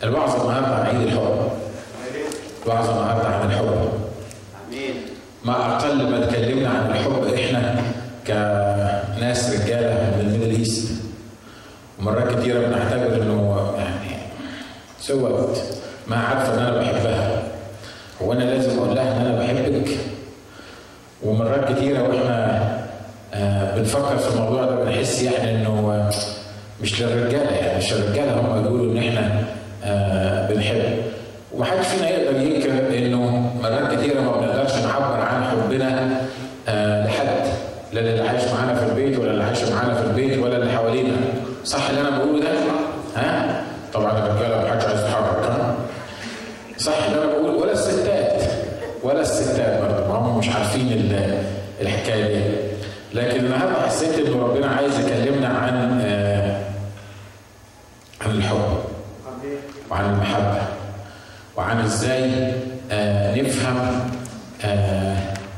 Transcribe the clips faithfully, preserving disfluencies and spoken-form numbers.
الوعظة النهارده عن عيد الحب. الوعظة النهارده عن الحب. امين. ما أقل ما اتكلمنا عن الحب إحنا كناس رجالة من الميدل إيست. ومرات كتيرة بنعتبر إنه يعني سوت ما عارفة إن أنا بحبها. هو أنا لازم أقول لها إن أنا بحبك؟ ومرات كتيرة وإحنا آه بنفكر في الموضوع ده بنحس يعني إنه مش للرجالة، يعني مش الرجالة هم يقولوا إن إحنا آه بنحب. ومحدش فينا يقدر ينكر إنه مرات كتيرة ما بنقدرش نعبر عن حبنا آه لحد، لا اللي عايش معانا في البيت ولا اللي عايش معانا في البيت ولا اللي حوالينا. صح اللي أنا بقوله ده؟ ها؟ طبعا الرجالة محدش عايز يتحرك، ها؟ صح اللي أنا بقوله؟ ولا الستات ولا الستات برضه، ما هم مش عارفين الحكاية دي. لكن النهارده حسيت إن ربنا عايز يكلمنا عن آه عن الحب وعن المحبة وعن ازاي آه نفهم آه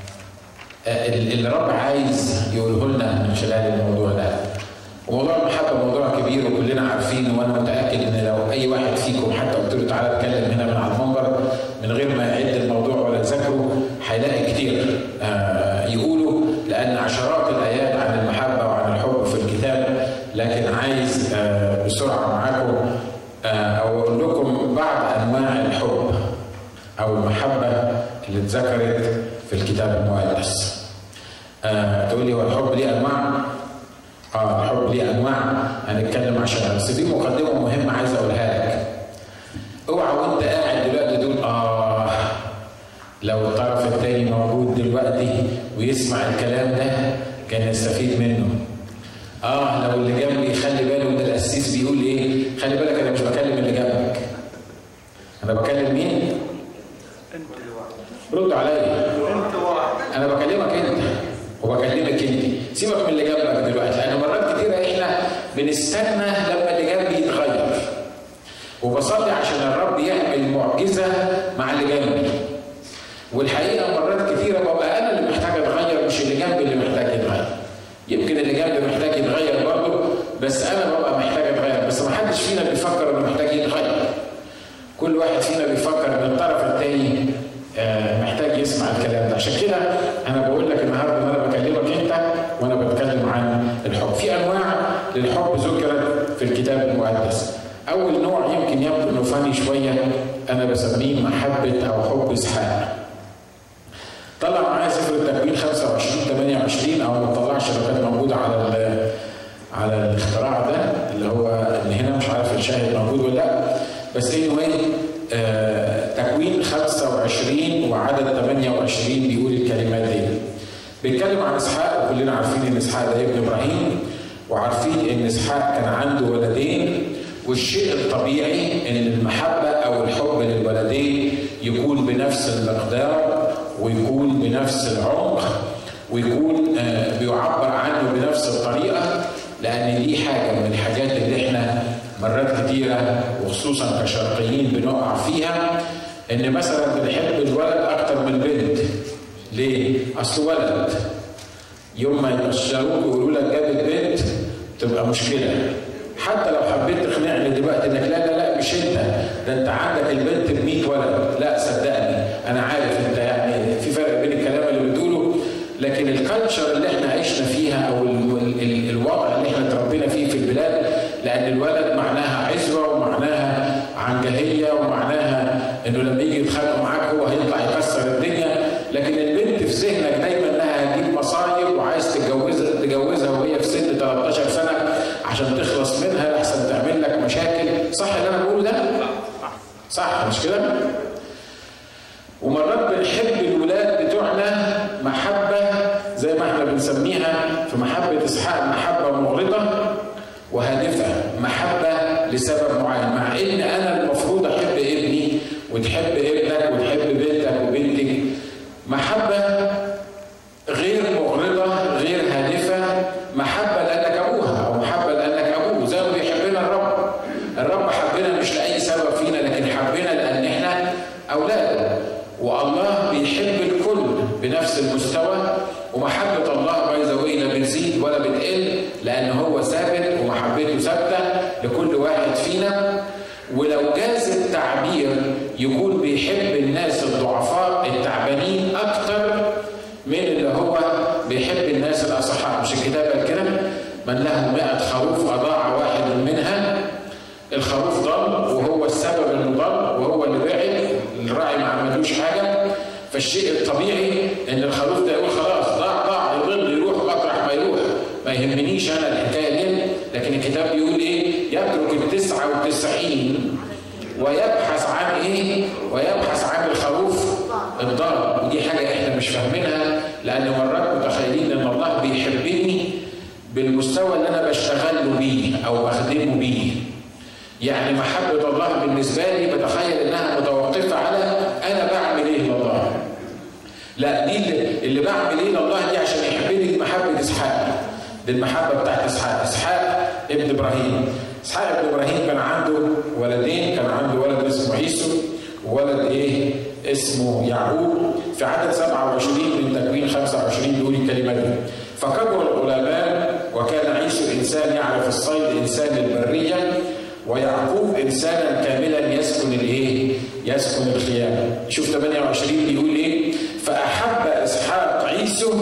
آه اللي الرب عايز يقوله لنا من خلال الموضوع ده. وموضوع المحبة موضوع كبير وكلنا عارفينه، وانا متأكد ان لو اي واحد فيكم حتى قلت له تعالى اتكلم هنا من على المنبر من غير ما يعد الموضوع ولا يذاكره هيلاقي كتير آه يقوله، لان عشرات الايات عن المحبة وعن الحب في الكتاب. لكن عايز آه بسرعة معاكم أو أقول لكم بعض أنواع الحب أو المحبة اللي اتذكرت في الكتاب المقدس. أه تقول لي هو الحب ليه أنواع؟ آه الحب ليه أنواع، هنتكلم عشان بس دي مقدمة مهمة عايز أقولها لك. أوعى وأنت قاعد دلوقتي تقول آه لو الطرف الثاني موجود دلوقتي ويسمع الكلام ده كان يستفيد منه. اه لو اللي جنبي خلي باله ان القسيس بيقول ايه، خلي بالك انا مش بكلم اللي جنبك، انا بكلم مين؟ انت رد عليا. انت واحد. انا بكلمك انت وبكلمك انت. سيبك من اللي جنبك دلوقتي، لان مرات كتيره احنا بنستنى لما اللي جنبي يتغير، وبصلي عشان الرب يعمل معجزه مع اللي جنبي. والحقيقه مرات كتيره ببقى انا اللي محتاج اتغير مش اللي جنبي اللي محتاج يتغير. يمكن اللي جنبي محتاج يتغير برضه، بس انا ببقى محتاج اتغير. بس ما حدش فينا بيفكر انه محتاج يتغير. كل واحد فينا بيفكر ان الطرف الثاني محتاج يسمع الكلام ده. عشان كده انا بقول لك النهارده ان انا بكلمك انت وانا بتكلم عن الحب. في انواع للحب ذكرت في الكتاب المقدس. اول نوع يمكن يبدو انه فاني شويه، انا بسميه محبه او حب اسحاق. طلع معايا سفر التكوين خمسة وعشرين ثمانية وعشرين، او ما طلعش لو كانت موجوده على على الاختراع ده اللي هو اللي هنا، مش عارف الشاهد موجود ولا لا، بس انه ايه آه تكوين خمسة وعشرين وعدد ثمانية وعشرين بيقول الكلمات دي. بيتكلم عن اسحاق، وكلنا عارفين ان اسحاق ده ابن ابراهيم، وعارفين ان اسحاق كان عنده ولدين. والشيء الطبيعي ان المحبه او الحب للولدين يكون بنفس المقدار ويكون بنفس العمق ويكون آه بيعبر عنه بنفس الطريقه، لان دي حاجه من الحاجات اللي احنا مرات كتيره وخصوصا كشرقيين بنقع فيها، ان مثلا بنحب الولد اكتر من البنت. ليه؟ اصل ولد يوم ما يبشروك ويقولوا لك جابت بنت تبقى مشكله. حتى لو حبيت تقنعني دلوقتي انك لا لا لا مش انت، ده انت عندك البنت ب مية ولد، لا صدقني انا عارف انت يعني في فرق بين الكلام اللي بتقوله، لكن الكالتشر اللي احنا عشنا فيها او ال ال ال الوضع اللي احنا اتربينا فيه في البلاد، لان الولد معناها عزوه ومعناها عنجهيه ومعناها انه لما يجي يتخانق معاك هو هيطلع يكسر الدنيا، لكن البنت في ذهنك دايما انها هتجيب مصايب وعايز تتجوزها تتجوزها وهي في سن تلتاشر سنه عشان تخلص منها لحسن تعمل لك مشاكل. صح اللي انا بقوله ده؟ صح مش كده؟ ومرات بنحب الولاد بتوعنا محبه زي ما احنا بنسميها في محبه اسحاق محبه مغرضه وهادفه، محبه لسبب معين، مع ان انا المفروض احب ابني وتحب ابنك وتحب بنتك وبنتك. محبه غير مغرضه غير هادفه، محبه لانك ابوها او محبه لانك ابوه، زي ما بيحبنا الرب. الرب حبنا مش لاي سبب فينا، لكن حبنا لان احنا اولاده. والله بيحب الكل بنفس المستوى، ومحبه الله باي ذا واي لا بتزيد ولا بتقل، لان هو ثابت ومحبته ثابته لكل واحد فينا. ولو جاز التعبير يكون بيحب الناس الضعفاء التعبانين اكتر من اللي هو بيحب الناس الاصحاء. مش الكتاب قال كده؟ من له مائة خروف اضاع واحد منها، الخروف ضل وهو السبب انه ضل وهو اللي بعد، الراعي ما عملوش حاجه. فالشيء الطبيعي ان الخروف ده يقول خلاص ضاع ضاع يضل يروح مطرح ما يروح، ما يهمنيش انا الحكايه دي. لكن الكتاب بيقول ايه؟ يترك التسعه والتسعين ويبحث عن ايه؟ ويبحث عن الخروف الضال. ودي حاجه احنا مش فاهمينها، لان مرات متخيلين ان الله بيحبني بالمستوى اللي انا بشتغل له بيه او بخدمه بيه. يعني محبه الله بالنسبه لي بتخيل انها متوقفه على انا بعمل ايه لله. لا، دي اللي بعمل ايه لله دي عشان يحبني. دي محبه اسحاق، دي المحبه بتاعت اسحاق. اسحاق ابن ابراهيم. اسحاق ابن ابراهيم كان عنده ولدين، كان عنده ولد اسمه عيسو وولد ايه اسمه يعقوب. في عدد سبعة وعشرين من تكوين خمسة وعشرين بيقول الكلمه دي: فكبر الغلامان وكان عيسو انسان يعرف الصيد، انسان البريه، ويعقوب انسانا كاملا يسكن الايه؟ يسكن الخيام. شوف ثمانية وعشرين بيقول ايه؟ فاحب اسحاق عيسو.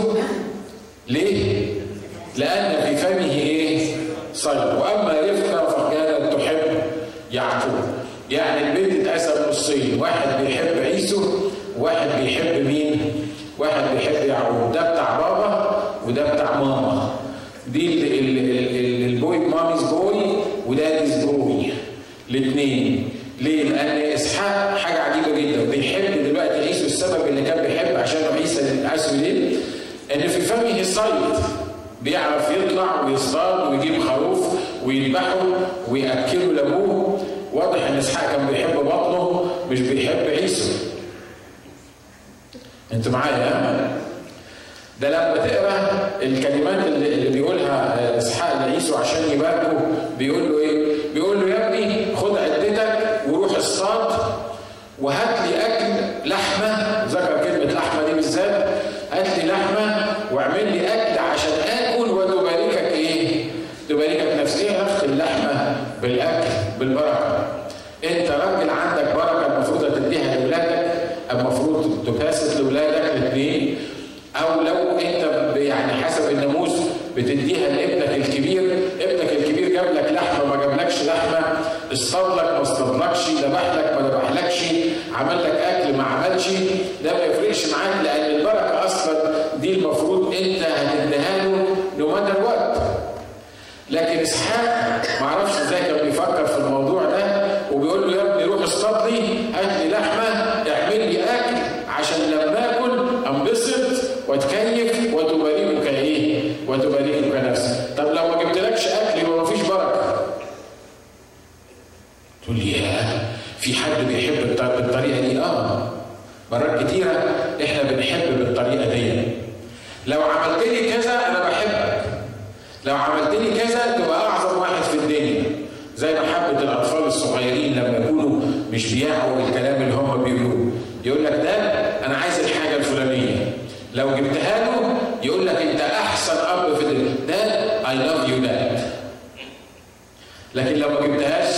ليه؟ لان في فمه ايه؟ صيد. واما رفقه فكانت تحب يعقوب. يعني البيت اتقسم نصين، واحد بيحب عيسو وواحد بيحب مين؟ واحد بيحب يعقوب. ده بتاع بابا وده بتاع ماما. دي البوي ماميز بوي وده ديز بوي الاثنين. ليه؟ لان اسحاق حاجه عجيبه جدا، بيحب دلوقتي عيسو. السبب اللي كان بيحب عشانه عيسى عيسو ليه؟ ان في فمه الصيد، بيعرف يطلع ويصطاد ويجيب خروف ويذبحه وياكله لابوه. واضح ان اسحاق كان بيحب بطنه مش بيحب عيسو. انتوا معايا؟ ده لما تقرا الكلمات اللي, اللي بيقولها اسحاق لعيسو عشان يباركه، بيقول له ايه؟ بيقول له يا ابني خد عدتك وروح اصطاد وهات لي اكل لحمه. ذكر كلمه لحمه دي بالذات، هات لي لحمه واعمل لي اكل عشان اكل وتباركك ايه؟ تباركك نفسي. ايه علاقه اللحمه بالاكل بالبركه؟ انت راجل عندك بركه المفروض تديها لاولادك، المفروض تكاسب لاولادك الاثنين، او لو انت يعني حسب الناموس بتديها لابنك الكبير. ابنك الكبير جاب لك لحمه ما جابلكش لحمه، اصطاد لك ما اصطادلكش، ذبح لك ما ذبحلكش، عمل لك اكل ما عملش، ده ما يفرقش معاك، لان البركه اصلا دي المفروض انت هتديها له لو مدى الوقت. لكن اسحاق ما اعرفش ازاي كان بيفكر في الموضوع ده، وبيقول له يا ابني روح اصطاد لي، هات لي لحمه، اعمل لي اكل عشان لما اكل انبسط واتكيف وتباركك ايه؟ وتباركك نفسك. طب لو ما جبتلكش اكل يبقى ما فيش بركه. تقول لي يا في حد بيحب بالطريقه دي؟ اه مرات كتيره احنا بنحب بالطريقه دي. لو عملت لي كذا انا بحبك، لو عملت لي كذا تبقى اعظم واحد في الدنيا. زي محبه الاطفال الصغيرين لما يكونوا مش بيعوا الكلام اللي هم بيقولوه، يقول لك ده انا عايز الحاجه الفلانيه، لو جبتها له يقول لك انت احسن اب في الدنيا، ده اي لاف يو داد. لكن لو ما جبتهاش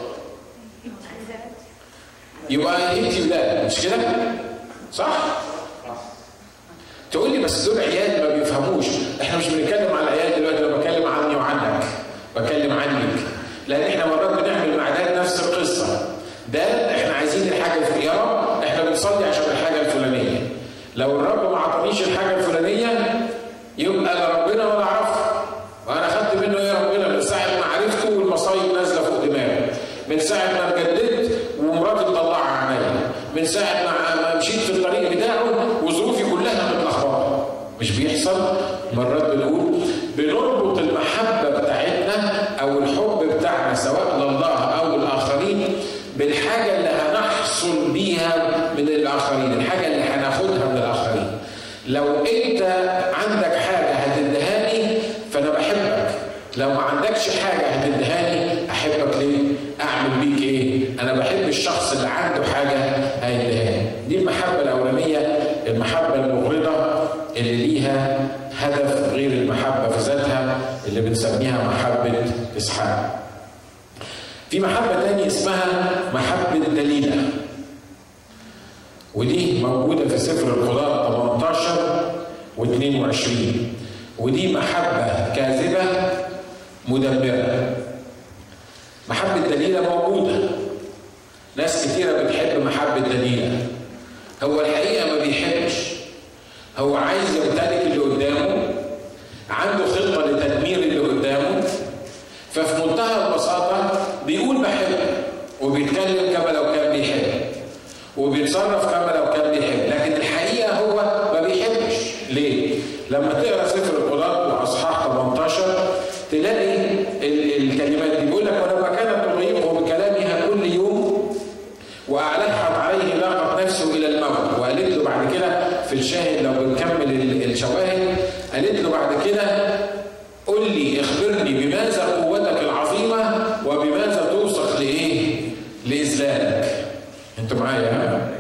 يبقى اي هيت يو داد. مش كده؟ صح؟ تقول لي بس دول عيال ما بيفهموش. احنا مش بنتكلم على العيال دلوقتي، انا بتكلم عني وعنك، بتكلم عنك. لان احنا مرات بنعمل مع ده نفس القصه. ده احنا عايزين الحاجه الفلانيه، يا رب احنا بنصلي عشان الحاجه الفلانيه. لو الرب ما عطانيش الحاجه الفلانيه يبقى لا ربنا ولا عرفه. وانا خدت منه ايه ربنا من ساعه ما عرفته والمصايب نازله فوق دماغي، من ساعه ما اتجددت ومراتي مطلعه عينيا، من ساعه ما مشيت في الطريق بتاعه وظروفي كلها متلخبطه. مش بيحصل؟ مرات بنقول بنربط المحبه بتاعتنا او الحب بتاعنا سواء لله او الاخرين بالحاجه اللي هنحصل بيها من الاخرين، الحاجه اللي هناخدها من الاخرين. لو انت عندك حاجه هتدهاني فانا بحبك، لو ما عندكش حاجه هتدهاني احبك ليه؟ اعمل بيك ايه؟ انا بحب الشخص اللي عنده حاجه هيدهاني. دي المحبه الاولانيه، المحبه المغرضه اللي ليها هدف غير المحبه في ذاتها اللي بنسميها محبه اسحاق. في محبة تانية اسمها محبة دليلة، ودي موجودة في سفر القضاء ثمانية عشر واثنين وعشرين، ودي محبة كاذبة مدمرة. محبة دليلة موجودة، ناس كتيرة بتحب محبة دليلة. هو الحقيقة ما بيحبش، هو عايز يمتلك اللي قدامه، عنده خطة لتدمير اللي قدامه، ففي منتهى البساطة بيقول بحب، وبيتكلم كما لو كان بيحب، وبيتصرف كما لو كان بيحب، لكن الحقيقة هو ما بيحبش. ليه؟ لما تقرا سفر القضاء واصحاح ثمانية عشر تلاقي الكلمات دي بيقول لك: ولما كانت تضيقه بكلامها كل يوم واعلحت عليه لاقت نفسه الى الموت. وقالت له بعد كده في الشاهد لو بنكمل الشواهد، قالت له بعد كده: قل لي اخبرني بماذا قوتك العظيمه وبماذا توصف لايه؟ لاذلالك. انتوا معايا؟ ها؟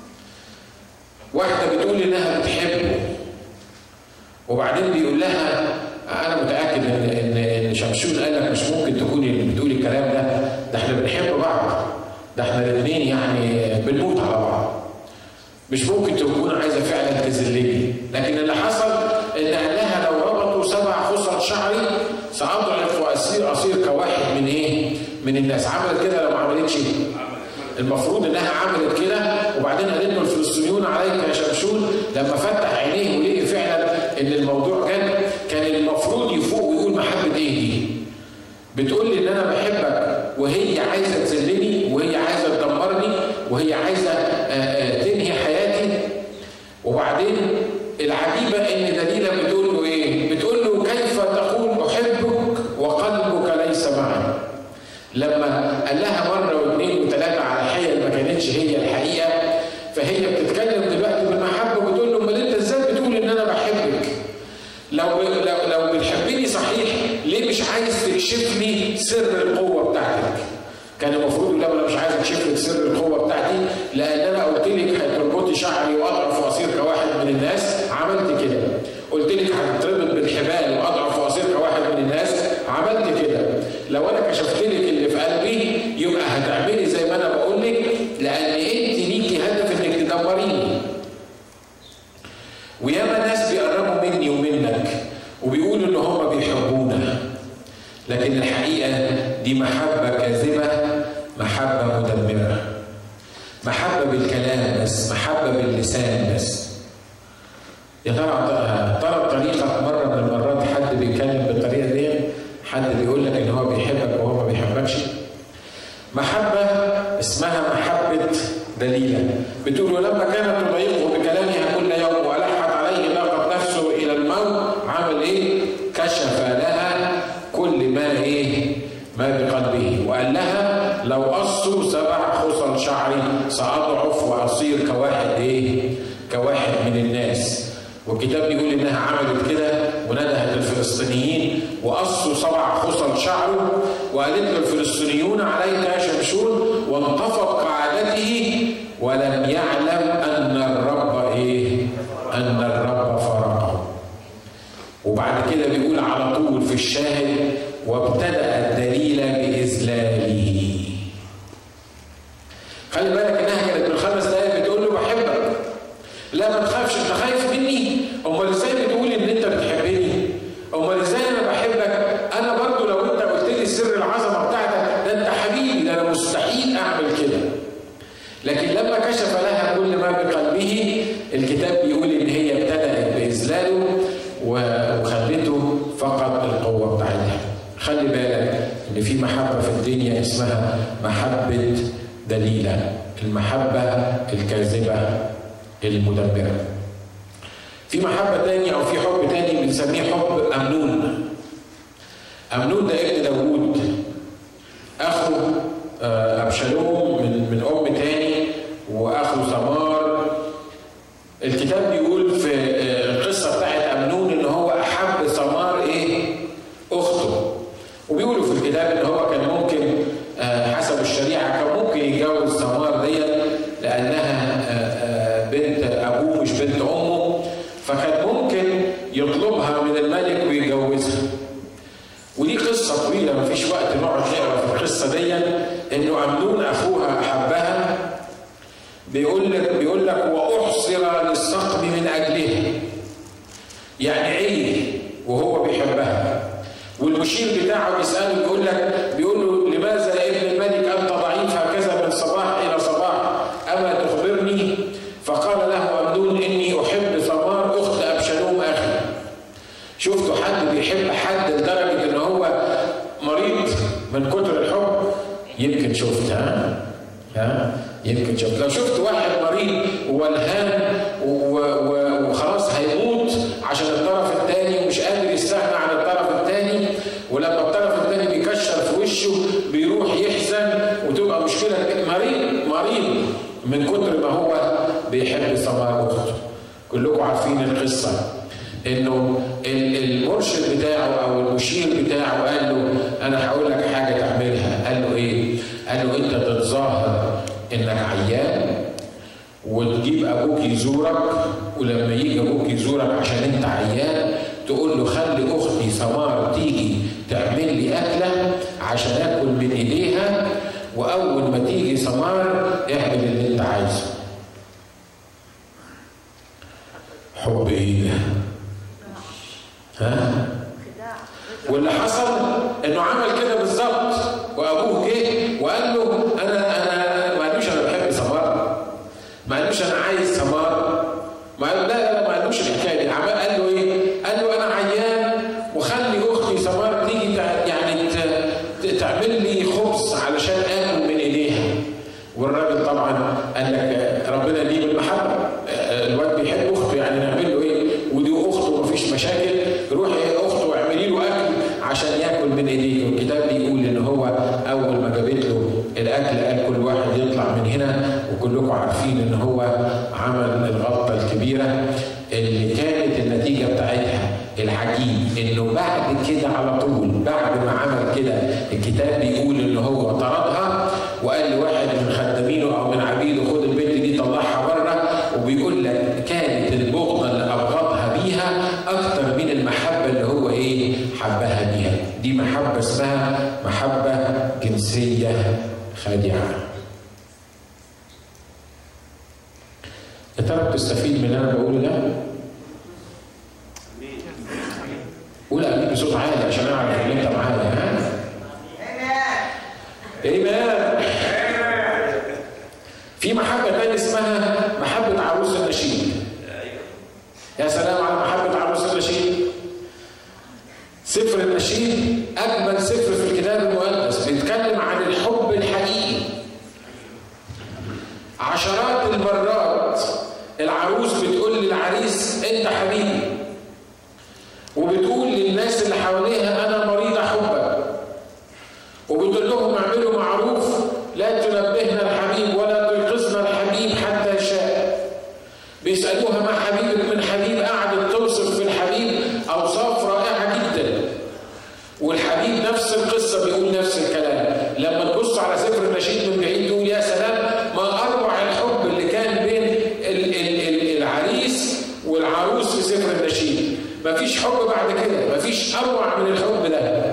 واحده بتقول انها بتحبه، وبعدين بيقول لها: انا متاكد ان ان ان شمشون قال لك مش ممكن تكوني بتقولي الكلام ده، ده احنا بنحب بعض، ده احنا الاثنين يعني بنموت على بعض، مش ممكن تكون عايزه فعلا تذلني. لكن اللي حصل ان قال لها: لو ربطوا سبع خصل شعري ساضعف واصير اصير كواحد من ايه؟ من الناس. عملت كده لو ما عملتش؟ المفروض انها عملت كده. وبعدين قالت له: الفلسطينيون عليك يا شمشون. لما فتح عينيه ولقي فعلا ان الموضوع جد، كان المفروض يفوق ويقول: محبه ايه دي؟ بتقول لي ان انا بحبك وهي عايزه تذلني، وهي عايزه تدمرني، وهي عايزه تنهي حياتي. وبعدين العجيبه ان دليله بتقول له ايه؟ بتقول له: كيف تقول احبك وقلبك ليس معي؟ لما قال لها مره واثنين وثلاثه على حيل ما كانتش هي الحقيقه، فهي بتتكلم دلوقتي بالمحبه وبتقول له: امال انت ازاي بتقول ان انا بحبك؟ لو لو لو بتحبني صحيح ليه مش عايز تكشف لي سر القوه بتاعتك؟ كان المفروض يقول: لا انا مش عايز اكشف لك سر القوه بتاعتي، لان انا قلت لك هتربطي شعري واضعف واصير كواحد من الناس، عملت كده. قلت لك هتربط بالحبال واضعف واصير كواحد من الناس، عملت كده. لو انا كشفت لك اللي في قلبي يبقى هتعملي زي ما انا بقول لك، لان انت ليكي هدف انك تدمريني. وياما ناس بيقربوا مني ومنك وبيقولوا ان هم بيحبونا، لكن الحقيقه دي محبه كاذبه، محبه مدمره، محبه بالكلام بس، محبه باللسان بس. يا ترى ترى بطريقه مره من المرات حد بيتكلم بالطريقه دي؟ حد بيقول لك ان هو بيحبك وهو ما بيحبكش؟ محبه اسمها محبه دليله. بتقول: ولما كانت تضايقه بكلامها كل يوم والحت عليه لاقت نفسه الى الموت، عمل ايه؟ كشف لها كل ما ايه؟ ما بقلبه، وقال لها: لو قصوا سبع خصل شعري ساضعف واصير كواحد ايه؟ كواحد من الناس. والكتاب بيقول انها عملت كده وندهت الفلسطينيين وقصوا سبع خصل شعره، وقالت له: الفلسطينيون عليك يا شمشون، وانتفض كعادته ولم يعلم ان الرب ايه؟ ان الرب فرقه. وبعد كده بيقول على طول في الشاهد: وابتدأ الدليل بإذلاله. خلي بالك انها كانت من خمس دقايق بتقول له: بحبك. لا ما تخافش، انت خايف مني؟ امال ازاي بتقول ان انت بتحبني؟ امال ازاي انا بحبك؟ انا برضو لو انت قلت لي سر العظمه بتاعتك ده انت حبيبي، ده انا مستحيل اعمل كده. لكن لما كشف لها كل ما بقلبه، الكتاب بيقول ان هي ابتدأت بإذلاله وخلته فقط القوه بتاعتها. خلي بالك ان في محبه في الدنيا اسمها محبه دليله، المحبه الكاذبه المدمره. في محبه تانية او في حب تاني بنسميه حب امنون. امنون ده ابن داوود، اخو ابشالوم من من ام تاني، واخو ثمار. الكتاب بيقول في القصه بتاعت امنون ان هو احب ثمار ايه؟ اخته. وبيقولوا في الكتاب ان هو كان ممكن حسب الشريعه كان ممكن يتجوز ثمار ديت لانها بنت ابوه مش بنت امه، فكان ممكن يطلبها من الملك ويتجوزها. ودي قصه طويله مفيش وقت نقعد نقرا في القصه ديت، بيقول لك بيقول لك واحصر للسقم من اجلها، يعني عيه وهو بيحبها. والمشير بتاعه بيساله بيقول لك بيقول له لماذا يا ابن الملك انت ضعيف هكذا من صباح الى صباح، اما تخبرني؟ فقال له أمنون اني احب ثمار اخت ابشالوم اخي. شفتوا حد بيحب حد لدرجه ان هو مريض من كتر الحب؟ يمكن شفت ها ها يمكن شفت لو شفت واحد مريض وولهان وخلاص هيموت عشان الطرف الثاني ومش قادر يستغنى عن الطرف الثاني، ولما الطرف الثاني بيكشر في وشه بيروح يحزن وتبقى مشكله. مريض مريض من كتر ما هو بيحب ثمار اخته. كلكم عارفين القصه انه المرشد بتاعه او المشير بتاعه قال له انا هقول لك حاجه تعملها. قال له ايه؟ قال له انت تتظاهر انك عيان وتجيب ابوك يزورك، ولما يجي ابوك يزورك عشان انت عيان تقول له خلي اختي ثمار تيجي تعمل لي اكله عشان اكل من ايديها، واول ما تيجي ثمار اعمل اللي انت عايزه. حب ايه ده؟ ها؟ واللي حصل انه عمل كده بالظبط، وابوه جه وقال له انا انا ما قالوش انا بحب ثمار، ما قالوش انا عايز ثمار، ما قال لا لا ما قالوش الحكايه دي. عمل قال له ايه؟ قال له انا عيان وخلي اختي ثمار تيجي يعني تعمل لي خبز علشان اكل من ايديها. والراجل طبعا قال لك ربنا ليه بالمحبه، الواد بيحب اخته يعني نعمل له ايه؟ ودي اخته مفيش مشاكل، روح اخته واعملي له اكل عشان ياكل من ايديك. والكتاب بيقول ان هو اول ما جابت له الاكل قال كل واحد يطلع من هنا، وكلكم عارفين ان هو عمل الغلطه الكبيره اللي كانت النتيجه بتاعتها العجيب انه بعد كده على طول بعد ما عمل كده الكتاب بيقول ان هو طردها وقال لواحد من خدامينه او من عبيده خد البنت دي طلعها بره. وبيقول لك كانت البغضه اللي ابغضها بيها اكتر من المحبه اللي هو ايه حبها بيها. دي محبه اسمها محبه جنسيه خادعه. يا ترى بتستفيد من اللي انا بقوله ده؟ قول امين بصوت عالي عشان اعرف ان انت معايا. ها؟ ايمان. في محبه تانية اسمها محبه عروس النشيد. يا سلام على محبه عروس النشيد. سفر النشيد اجمل سفر في الكتاب المقدس، بيتكلم عن الحب الحقيقي. عشرات المرات العروس بتقول للعريس انت حبيبي، وبتقول للناس اللي حواليها انا مريضه حبك، وبتقول لهم اعملوا معروف لا تنبهنا الحبيب ولا تيقظنا الحبيب حتى يشاء. بيسالوها ما حبيبك من حبيب، قعدت توصف في الحبيب اوصاف رائعه جدا. والحبيب نفس القصه بيقول نفس الكلام. لما تبص على سفر النشيد من بعيد تقول يا سلام ما اروع الحب اللي كان بين ال ال ال العريس والعروس في سفر النشيد. مفيش حب بعد كده، مفيش اروع من الحب ده.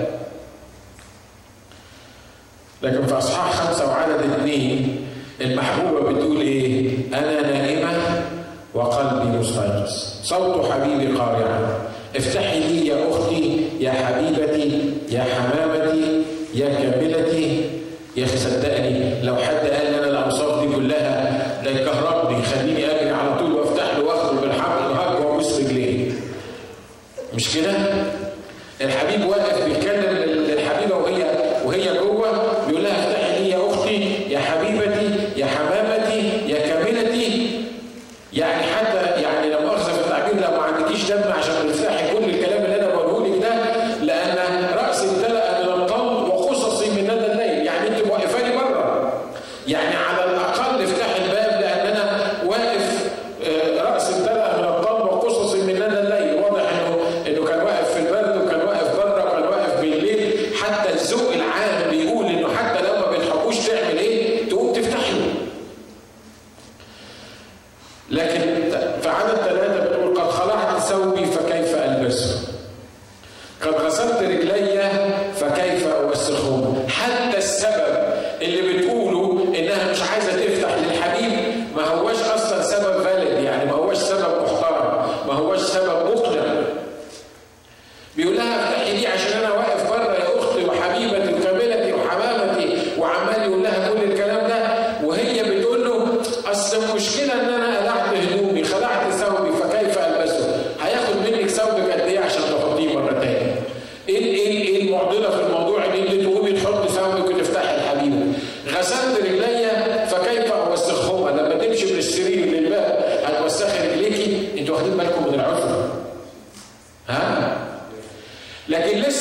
لكن في اصحاح خمسه وعدد اثنين المحبوبه بتقول ايه؟ انا نائمه وقلبي مستيقظ، صوت حبيبي قارعا، افتحي لي يا اختي يا حبيبتي يا حمامتي يا كاملتي. يا اخي صدقني لو حد قال لي انا الاوصاف دي كلها ده يكهربني يخليني اجري على طول وافتح له واخده بالحبل الهج وابوس رجليه. مش كده؟ الحبيب واقف بيتكلم للحبيبه وهي وهي جوه بيقول لها افتحي لي يا اختي يا حبيبتي يا حمامتي يا كاملتي. يعني حتى يعني لو مؤاخذه في التعبير لو ما عندكيش دم عشان تفتحي كل الكلام اللي انا بقوله لك ده، لان راسي امتلأ من الطل وقصصي من ندى الليل. يعني انت موقفاني بره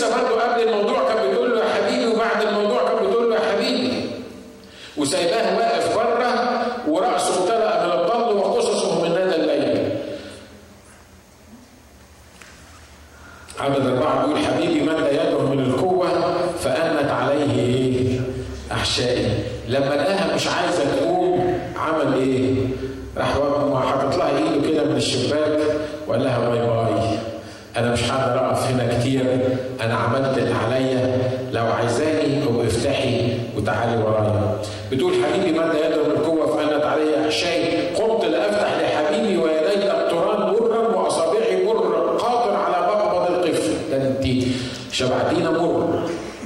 لسه برضه قبل الموضوع كان بتقول له يا حبيبي، وبعد الموضوع كان بتقول له يا حبيبي، وسايباه واقف بره ورأسه امتلأ من الضل وقصصه من ندى الليل. عدد أربعة بيقول حبيبي مد يده من القوة فأنت عليه إيه؟ أحشائي. لما لقاها مش عايزة تقوم عمل إيه؟ راح حاطط لها إيده كده من الشباك وقال لها باي باي، أنا مش هقدر أقف هنا كتير، أنا عملت اللي عليا، لو عايزاني ابقي افتحي وتعالي ورايا. بتقول حبيبي مد يده من القوة فأنت عليه أحشائي، قمت لأفتح لحبيبي ويدي التراب مرا وأصابعي مر قادر على مقبض القفل. ده أنت شبعتينا مر.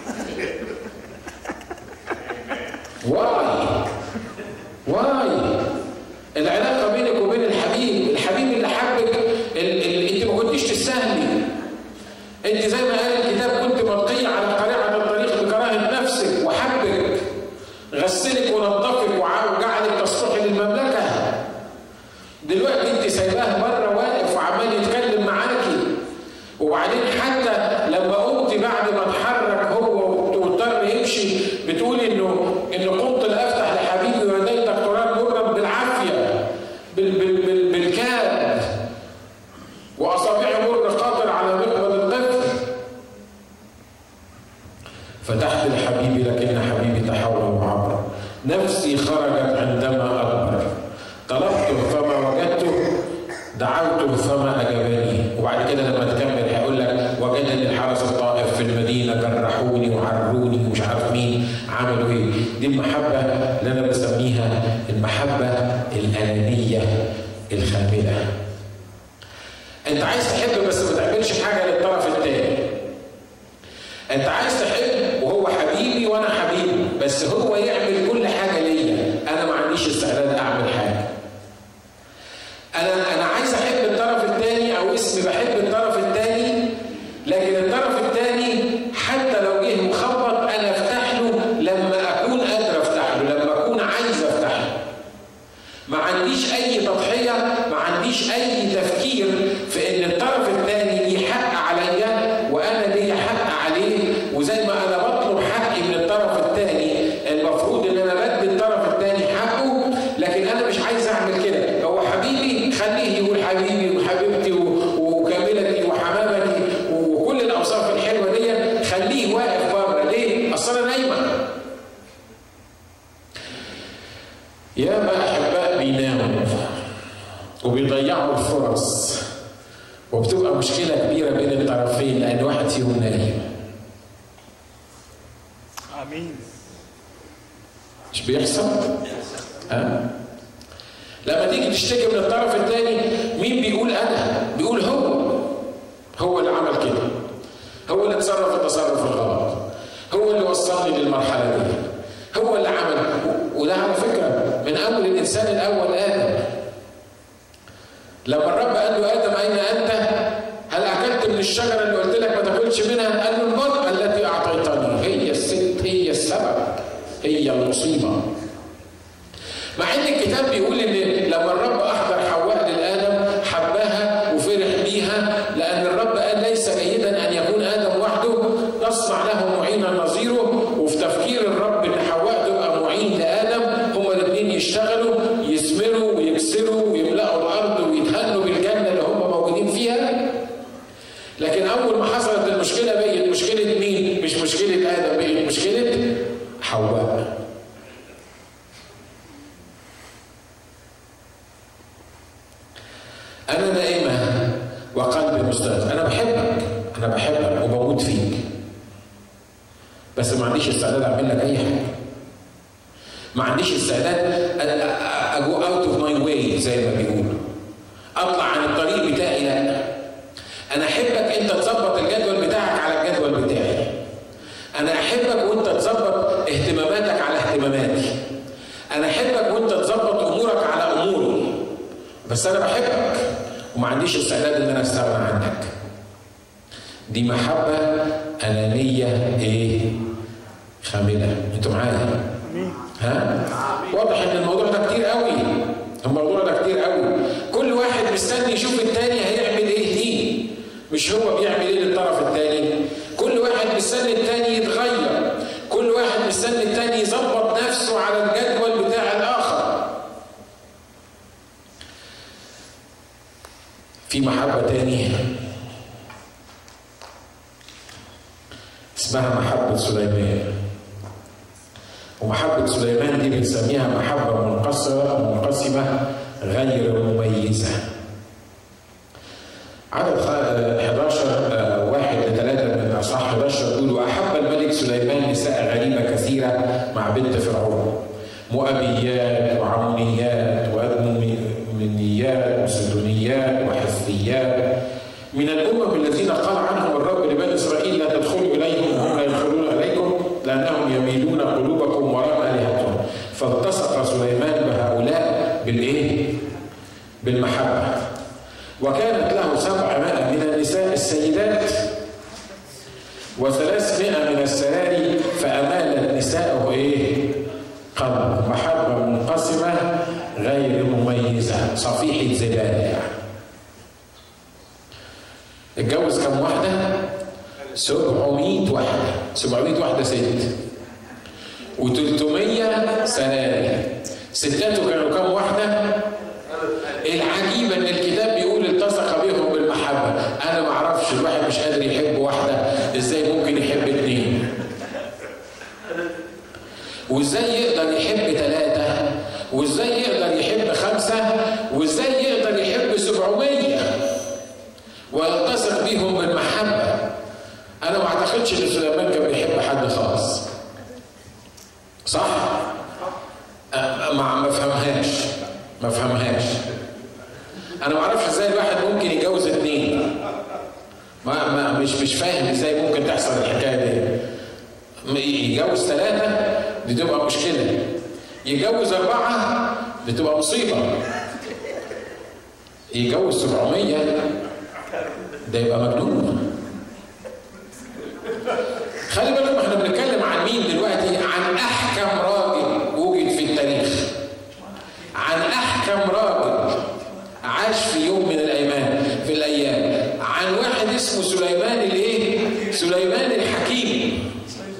واي واي العلاقة بينك وبين الحبيب، الحبيب اللي حبك، اللي انت ما كنتيش تستاهلي. انت زي ما قال الكتاب كنت ملقية على قريعة الطريق بكراهة نفسك، وحبك غسلك ونظفك وجعلك تصلحي للمملكة. دلوقتي انت سايباه بره واقف وعمال يتكلم معاكي، وبعدين حتى لما قمت بعد ما اتحرك هو واضطر يمشي بتقولي انه انه قمت لافتح لحبيبي ويديتك تراب مرا بالعافيه بال بال بال بالكاد واصابعي مر قاطر على مقبض القفل. فتحت لحبيبي لكن حبيبي تحول وعبر، نفسي خرجت عندما اكبر، طلبته فما وجدته، دعوته فما اجابني. وبعد كده لما تكمل هيقول لك وجدني الحرس الطائف في المدينه جرحوني وعروني ومش عارف مين عملوا ايه. دي المحبه اللي انا بسميها المحبه الانانيه الخامله. انت عايز تحب بس ما تعملش حاجه للطرف الثاني. انت عايز تحب وهو حبيبي وانا حبيبي، بس هو يعمل كل حاجه ليا، انا ما عنديش استعداد اعمل حاجه. انا انا عايز احب الطرف الثاني او اسمي بحب الطرف الثاني، لكن الطرف الثاني حتى لو جه مخبط انا افتح له لما اكون قادر افتح له، لما اكون عايز افتح له. ما عنديش اي تضحيه، ما عنديش اي تفكير في ان الطرف الثاني ليه حق عليا وانا ليه حق عليه. وزي ما انا بطلب حقي من الطرف الثاني المفروض ان انا بدي الطرف الثاني حقه، لكن انا مش عايز اعمل كده. هو حبيبي خليه يقول حبيبي وحبيبتي وكاملتي وحمامتي وكل الاوصاف الحلوه دي، خليه واقف بره. ليه؟ اصل انا نايمه. يا ما احباء بيناموا وبيضيعوا الفرص، وبتبقى مشكله كبيره بين الطرفين لان واحد فيهم نايم. امين. مش بيحصل؟ ها؟ لما تيجي تشتكي من الطرف الثاني مين بيقول انا؟ بيقول هو. هو اللي عمل كده. هو اللي تصرف التصرف الغلط. هو اللي وصلني للمرحله دي. هو اللي عمل. وده على فكره من اول الانسان الاول ادم. لما الرب قال له ادم اين انت؟ هل اكلت من الشجره اللي قلت لك ما تاكلش منها؟ قال له المرأة التي اعطيتني. هي الست، هي السبب، هي المصيبه. مع ان الكتاب بيقول ان لما الرب احضر حواء للادم حبها وفرح بيها، لان الرب قال ليس جيدا ان يكون ادم وحده، تصنع له معينا نظيره. وفي تفكير الرب ان حواء تبقى معين لادم، هما الاثنين يشتغلوا يثمروا ويكسروا ويملأوا الارض ويتهنوا بالجنه اللي هم موجودين فيها. لكن اول ما حصلت المشكله بقت مشكله مين؟ مش مشكله ادم، بقت مشكله حواء. أنا نائمة وقلبي مستيقظ. أنا بحبك، أنا بحبك وبموت فيك، بس ما عنديش استعداد أعمل لك أي حاجة. ما عنديش استعداد أجو أوت أوف ماي واي زي ما بيقولوا، أطلع عن الطريق بتاعي. لا، أنا أحبك أنت تظبط الجدول بتاعك على الجدول بتاعي. أنا أحبك وأنت تظبط اهتماماتك على اهتماماتي. أنا أحبك وأنت تظبط أمورك على أموري، بس أنا بحبك وما عنديش استعداد إن أنا أستغنى عنك. دي محبة أنانية إيه؟ خاملة. أنتوا معايا؟ ها؟ واضح إن الموضوع ده كتير قوي. الموضوع ده كتير قوي. كل واحد مستني يشوف التاني هيعمل إيه ليه، مش هو بيعمل إيه للطرف التاني. كل واحد في محبة تانية اسمها محبة سليمان. ومحبة سليمان دي بنسميها محبة منقسمة منقسمة غير مميزة. عدد احد عشر واحد لثلاثة من أصحاح احد عشر يقول: وأحب الملك سليمان نساء غريبة كثيرة مع بنت فرعون، مؤبيات وعمونيات وأدمنيات وسدونيات وحثيات من الأمم الذين قال عنهم الرب لبني إسرائيل: لا تدخلوا إليهم وهم لا يدخلون إليكم لأنهم يميلون قلوبكم وراء آلهتهم. فالتصق سليمان بهؤلاء بالإيه؟ بالمحبة. وكانت له سبعمائة من النساء السيدات وثلاثمائة من السراري، فأمالت نساءه إيه؟ قلب. محبة منقسمة غير مميزة، صفيحة زبالة يعني. اتجوز كم واحدة؟ سبعمائة واحدة، سبعمائة واحدة ست وثلاثمائة سراري. ستاته كانوا كم واحدة؟ العجيبة ان الكتاب بيقول التصق بهم بالمحبة. انا ما اعرفش الواحد مش قادر يحب واحدة، ازاي ممكن يحب اثنين؟ وازاي يقدر يحب ثلاثة؟ وازاي يقدر يحب خمسة؟ وازاي يقدر يحب سبعمية ويلتصق بيهم بالمحبة؟ انا ما اعتقدش ان سليمان كان بيحب حد خالص، صح؟ ما ما فهمهاش ما فهمهاش انا ما اعرفش ازاي الواحد ممكن يتجوز اثنين. ما, ما مش مش فاهم ازاي ممكن تحصل الحكايه دي. يتجوز ثلاثه دي تبقى مشكله، يتجوز اربعه دي تبقى مصيبه، يتجوز سبعمية ده يبقى مجنون. خلي بالك احنا بنتكلم عن مين دلوقتي؟ عن احكم راجل وجد في التاريخ، عن احكم راجل عاش في يوم من الايام في الايام عن واحد اسمه سليمان الايه؟ سليمان الحكيم.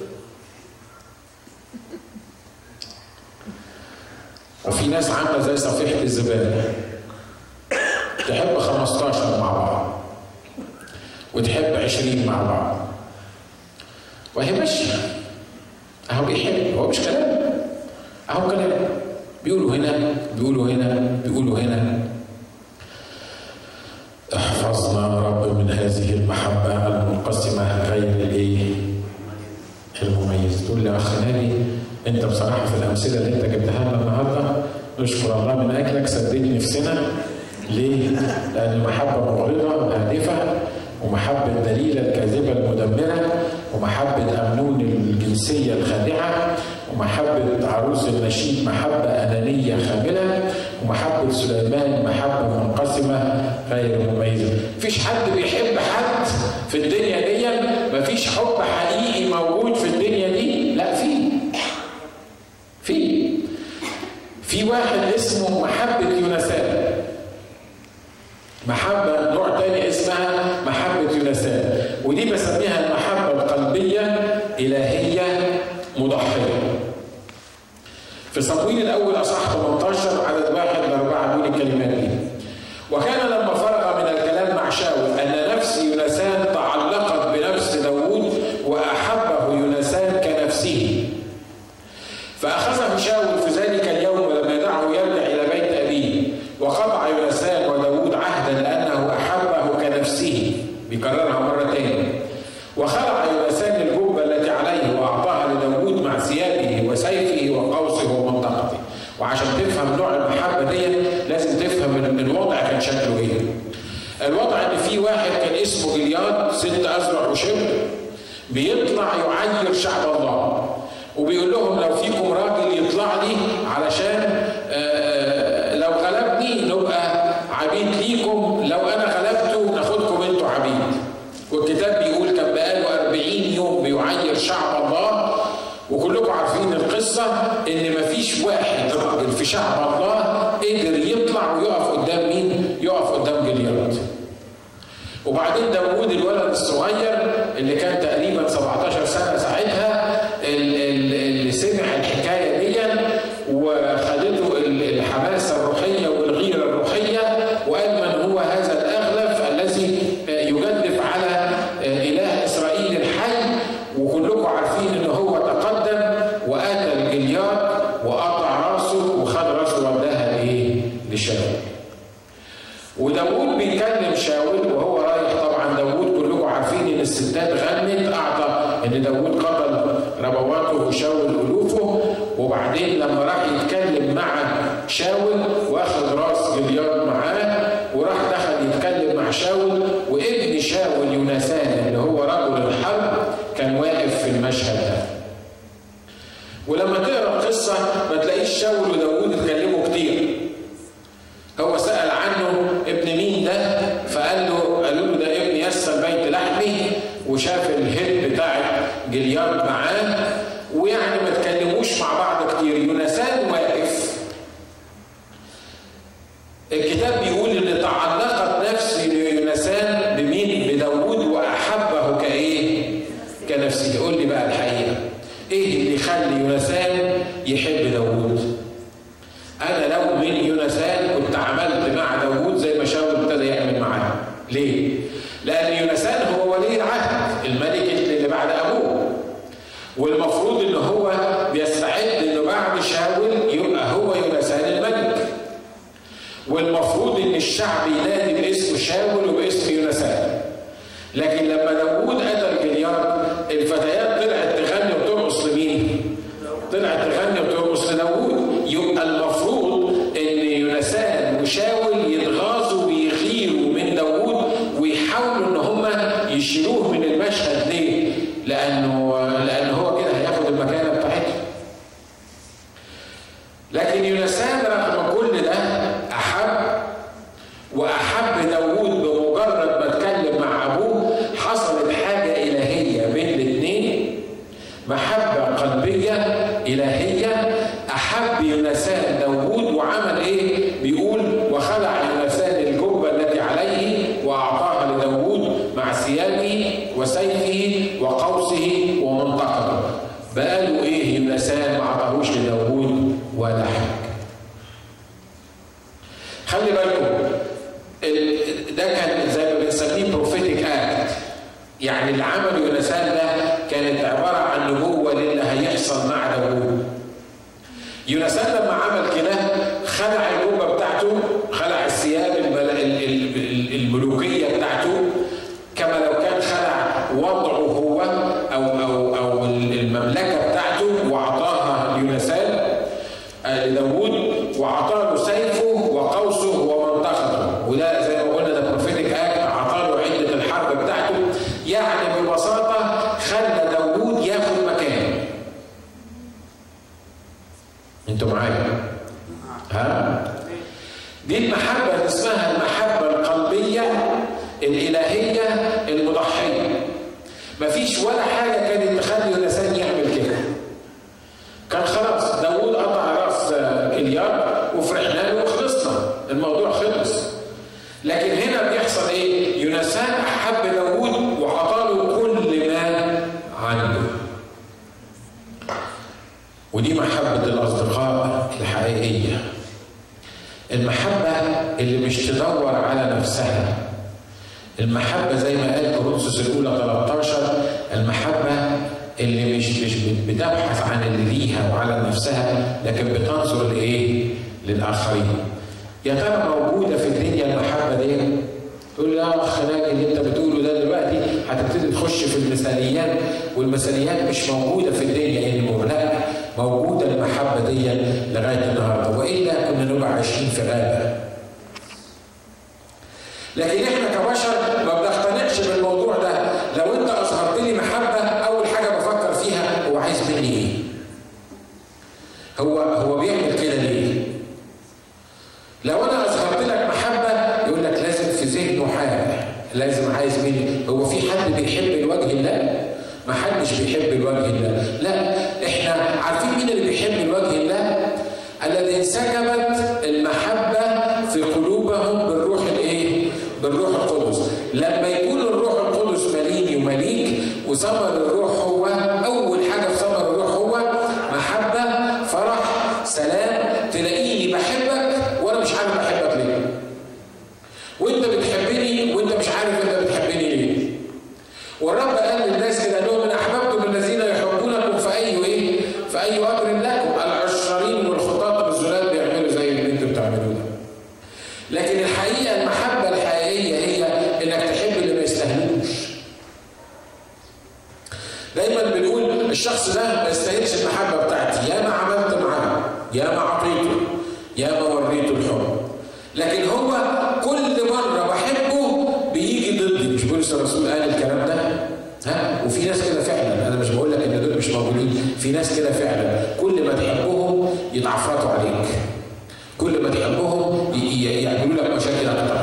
وفي ناس عامله زي صفيحه الزباله، تحب خمستاشر مع بعض وتحب عشرين مع بعض وهي ماشيه اهو بيحب، هو مش كلام، اهو كلام، بيقولوا هنا بيقولوا هنا بيقولوا هنا. احفظنا يا رب من هذه المحبة المنقسمة غير الايه؟ المميز. تقول لي يا اخ نادي انت بصراحة في الامثلة اللي انت جبتها لنا النهارده نشكر الله من اجلك، سديت نفسنا. ليه؟ لان محبة مغرضة هادفة، ومحبة دليلة الكاذبة المدمرة، ومحبة أمنون الجنسية الخادعة، ومحبة عروس النشيد محبة أنانية خاملة، ومحبة سليمان محبة منقسمة غير مميزة. مفيش حد بيحب حد في الدنيا دي، مفيش حب حقيقي موجود في الدنيا دي، لا في في في واحد اسمه محبة يونسان، محبة نوع تاني اسمها محبة يونسان، ودي بسميها المحبة القلبية إلهية مضحية. في صموئيل الأول أصحاح ثمانية عشر عدد واحد لأربعة دول الكلمات دي: وكان لما فرغ من الكلام مع شاول أن نفس يونسان تعلقت بنفس داوود وأحبه يونسان كنفسه، فأخذه شاول في ذلك اليوم ولم يدعه يرجع إلى بيت أبيه، وقطع يونسان وداوود عهدا لأنه أحبه كنفسه. بيكررها مرة تاني: وخلع يونسان الجبة التي عليه وأعطاها لداوود مع ثيابه وسيفه وقوسه ومنطقته. وعشان تفهم نوع المحبة دي لازم تفهم الوضع كان شكله إيه. الوضع إن في واحد كان اسمه جلياد ست أزرع وشبر بيطلع يعير شعب الله، وبيقول لهم لو فيكم راجل يطلع لي علشان آآ لو غلبني نبقى عبيد ليكم، لو انا غلبته ناخدكم انتوا عبيد. والكتاب بيقول كان بقاله أربعين يوم بيعير شعب الله، وكلكم عارفين القصه ان مفيش واحد راجل في شعب الله قدر يطلع ويقف قدام مين؟ يقف قدام جلياد. وبعدين داوود الولد الصغير اللي كان تقريبا سبعتاشر سنه ساعتها، اللي سمع الحكايه دي وخدته الحماسه الروحيه والغيره الروحيه، وقال من هو هذا الاغلب بيكلم شاول وهو رايح، طبعا داوود كلكم عارفين ان الستات غنت، اعطى ان داوود قتل ربواته وشاول الوفه، وبعدين لما راح يتكلم مع شاول واخد راس جلياد معاه وراح دخل يتكلم مع شاول، وابن شاول يوناثان اللي هو رجل الحرب كان واقف في المشهد ده. ولما تقرا القصه ما تلاقيش شاول وداوود اتكلموا كتير. هو سأل عنه ابن مين ده؟ فقال له قالوا له ده ابن يسى البيت لحمي، وشاف الهد بتاع جلياد معاه، ويعني ما تكلموش مع بعض كتير. يوناثان واقف. الكتاب بيقول ان تعلقت نفسي يوناثان بمين؟ بداوود واحبه كايه؟ كنفسه. قول لي بقى الحقيقه، ايه اللي يخلي يوناثان يحب داوود؟ انا لو من يوناثان كنت عملت مع داوود زي ما شاول ابتدى يعمل معاه. ليه؟ لان يوناثان هو ولي العهد، الملك اللي بعد ابوه، والمفروض ان هو بيستعد انه بعد شاول يبقى هو يوناثان الملك، والمفروض ان الشعب ينادي باسم شاول وباسم يوناثان. لكن لما داوود قتل جلياد الفتيات طلعت تغني وترقص لمين؟ طلعت تغني وترقص لداوود. يبقى المفروض ان يوناثان وشاول يتغاظوا ويغيروا من داوود ويحاولوا ان هم يشيلوه من المشهد. ليه؟ لانه لانه هو كده هياخد المكانه بتاعته. لكن يوناثان رغم كل ده احب واحب داوود. بمجرد ما اتكلم مع ابوه حصلت حاجه الهيه بين الاثنين، محبه قلبيه الهيه. احب يوناثان داوود وعمل ايه؟ بيقول وخلع يوناثان الجبه التي عليه واعطاها لداوود مع ثيابه وسيفه وقوسه ومنطقته. بقاله ايه يوناثان؟ ما عطاهوش لداوود ولا حاجه. خلي بالكم ده كان زي ما بنسميه بروفيتيك اكت، يعني اللي عمله يوناثان ده كانت عباره عن نبوه للي هيحصل مع داوود. يوناثان لما عمل كده خلع الجبه بتاعته، خلع الثياب الملوكيه بتاعته، كما لو كان خلع وضعه هو او او او المملكه بتاعته واعطاها ليوناثان لداوود، واعطاه سيفه وقوسه ومنطقته. وده زي ما قلنا ده بروفيتيك اكت، اعطاه عده الحرب بتاعته. يعني ببساطه خلى داوود ياخد مكانه. انتوا معايا؟ ها؟ دي المحبه اللي اسمها المحبه القلبيه الالهيه المضحيه. مفيش ولا حاجه كانت تخلي يوناثان يعمل كده. كان خلاص داوود قطع راس جلياد وفرحنا له وخلصنا، الموضوع خلص. لكن هنا بيحصل ايه؟ يوناثان احب داوود وعطاله كل ما عنده. ودي محبه الاصدقاء الحقيقيه، المحبه اللي مش تدور على نفسها، المحبه زي ما قال كورنثوس الاولى ثلاثة عشر، المحبه اللي مش مش بتبحث عن اللي ليها وعلى نفسها، لكن بتنظر لايه؟ للاخرين. يا ترى موجوده في الدنيا المحبه دي؟ تقول لي يا اخ ناجي اللي انت بتقوله ده دلوقتي هتبتدي تخش في المثاليات، والمثاليات مش موجوده في الدنيا انمو. لا، موجوده المحبه دي لغايه النهارده، والا كنا نبقى عايشين في غابه. لكن احنا كبشر ما بنقتنعش بالموضوع ده. لو انت اظهرت لي محبه اول حاجه بفكر فيها هو عايز مني ايه؟ هو هو بيعمل كده ليه؟ لو انا اظهرت لك محبه يقول لك لازم في ذهنه حاجه، لازم عايز مني. هو في حد بيحب الوجه الله؟ ما حدش بيحب الوجه الله. لا، احنا عارفين مين اللي بيحب الوجه الله؟ الذي انسكبت المحبه في قلوبهم بالروح الايه؟ بالروح القدس. لما يكون الروح القدس مليني ومليك، وثمر الروح هو اول حاجه في ثمر الروح هو محبه، فرح، سلام. تلاقيني بحبك وانا مش عارف بحبك ليه، وانت بتحبني وانت مش عارف انت بتحبني ليه. والرب قال للناس كده انهم من احببتم الذين يحبونكم فاي ايه؟ فاي امر لكم. العشارين والخطاة بالزلال بيعملوا زي اللي انتوا بتعملوه ده. لكن الحقيقه المحبه الحقيقيه ناس كده فعلا كل ما تحبهم يتعفرطوا عليك، كل ما تحبهم يعملوا لك مشاكل اكتر.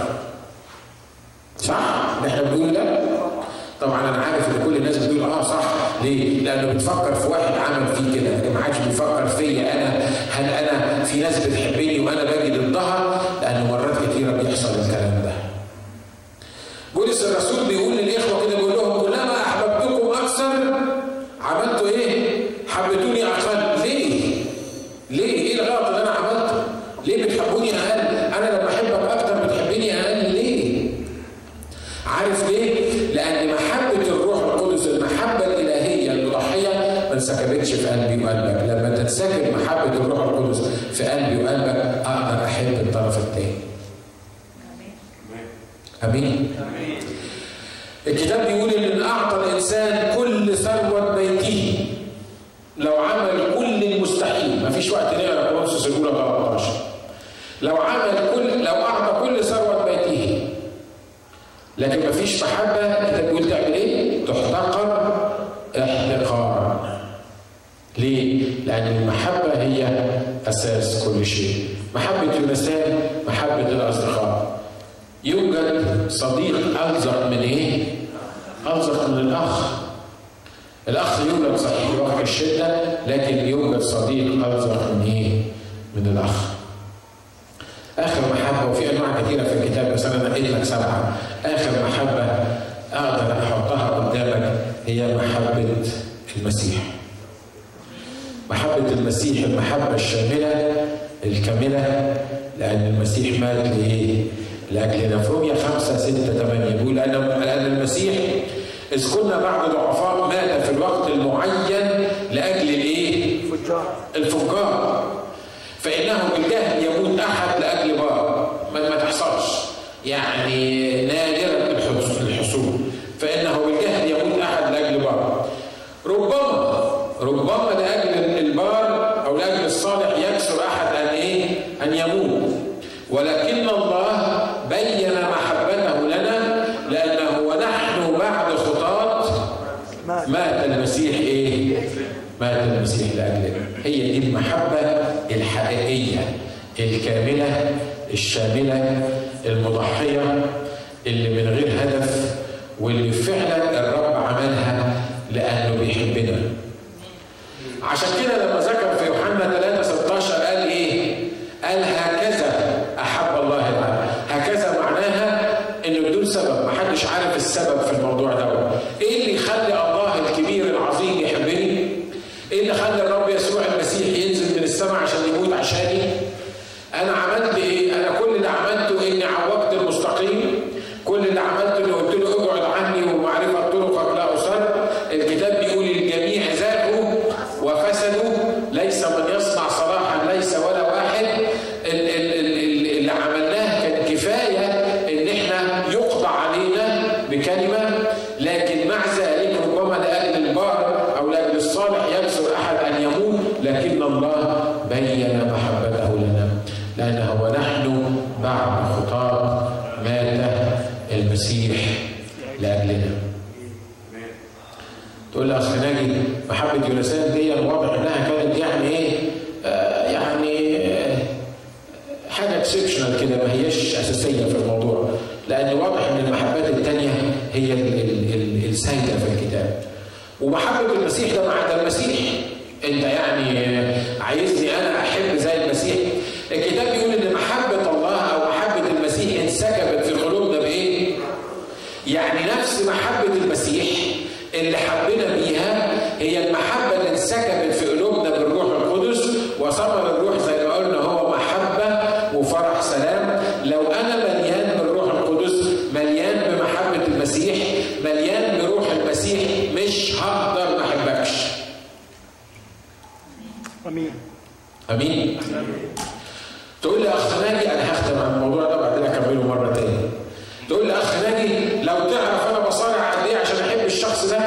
صح؟ احنا بنقول لا؟ طبعا انا عارف ان كل الناس بتقول اه صح، ليه؟ لانه بتفكر في واحد عمل فيه كده، لكن ما حدش بيفكر فيا انا. هل انا في ناس بتحبني وانا باجي ضدها؟ لانه مرات كتيره بيحصل الكلام ده. بولس الرسول بيقول للاخوه كده، بيقول لهم كلما احببتكم اكثر عملتوا ايه؟ حبيتوني اقل. ليه؟ ليه؟ ايه الغلط اللي انا عملته؟ ليه بتحبوني اقل؟ انا لما احبك اكتر بتحبني اقل ليه؟ عارف ليه؟ لان محبه الروح القدس، المحبه الالهيه المضحيه ما انسكبتش في قلبي وقلبك. لما تنسكب محبه الروح القدس في قلبي وقلبك اقدر احب الطرف الثاني. امين؟ امين. الكتاب بيقول ان اعطى الانسان كل ثروه بيته لو عمل كل المستحيل. ما فيش وقت نقرا كورنثوس الاولى ثلاثة عشر. لو عمل كل لو اعطى كل ثروه بيته لكن ما فيش محبه، الكتاب بيقول تعمل ايه؟ تحتقر احتقارا. ليه؟ لان المحبه هي اساس كل شيء. محبه يونسان محبه الاصدقاء. يوجد صديق ألزق من إيه؟ ألزق من الأخ. الأخ يوجد صحيح وقت الشدة، لكن يوجد صديق ألزق من إيه؟ من الأخ. آخر محبة، وفي أنواع كثيرة في الكتاب بس أنا نقيت لك سبعة. آخر محبة أقدر أحطها قدامك هي محبة المسيح. محبة المسيح المحبة الشاملة الكاملة، لأن المسيح مات لإيه؟ لأجلنا. في رومية خمسة ستة ثمانية بيقول أن المسيح إذ كنا بعد ضعفاء مات في الوقت المعين لأجل الإيه؟ الفجار. الفجار. فإنه بالجهل يموت أحد لأجل بار. ما, ما تحصلش، يعني نادرا الحصول. فإنه بالجهل يموت أحد لأجل بار. ربما ربما لأجل البار أو لأجل الصالح يكسر أحد أن إيه؟ أن يموت. ولكن الله بين محبته لنا لأنه ونحن بعد خطاة مات المسيح إيه؟ مات المسيح لأجلنا. هي دي المحبة الحقيقية الكاملة الشاملة المضحية اللي من غير هدف، واللي فعلا الرب عملها لأنه بيحبنا. عشان كده لما ذكر في يوحنا ثلاثة ستة عشر قال إيه؟ قال هكذا أحب الله العالم. هكذا معناها إنه بدون سبب، محدش عارف السبب في الموضوع ده. إيه اللي يخلي الله الكبير العظيم يحبني؟ إيه اللي خلى الرب يسوع المسيح ينزل من السماء عشان يموت عشاني؟ أنا عملت إيه؟ أنا كل اللي عملته إني عوجت المستقيم. كل اللي عملته إني قلت له ابعد عني ومعرفة طرقك لا أصر. الكتاب بيقول الجميع زاغوا وفسدوا، ليس من يصنع صلاحا ليس ولا واحد. اللي عملناه كان كفاية إن إحنا يقضى علينا بكلمة، لكن مع ذلك ربما لأجل البار أو لأجل الصالح يكسر أحد أن يموت، لكن الله بين محبته لنا لأنه ونحن بعد خطاة مات المسيح لأجلنا. تقول لي أصل ناجي محبة يونسان دي واضح إنها كانت يعني إيه؟ آه يعني آه حاجة اكسبشنال كده، ما هيش أساسية في الموضوع، لأن واضح إن المحبات التانية هي السائدة في الكتاب. ومحبة المسيح ده مع ده المسيح. أنت يعني عايزني أنا أحب زي المسيح؟ الكتاب بيقول إن محبة الله أو محبة المسيح انسكبت في قلوبنا بإيه؟ يعني نفس محبة المسيح اللي حبنا بيها هي المحبة اللي انسكبت في قلوبنا بالروح القدس، وثمر الروح زي ما قلنا هو محبة وفرح سلام. لو أنا مليان بالروح القدس، مليان بمحبة المسيح، مليان بروح المسيح، مش هقدر ما أحبكش. أمين. أمين. تقول لي أخ ناجي، أنا هختم عن الموضوع ده بعدين أكمله مرة تاني. تقول لي أخ ناجي لو تعرف أنا بصارع قد إيه عشان أحب الشخص ده،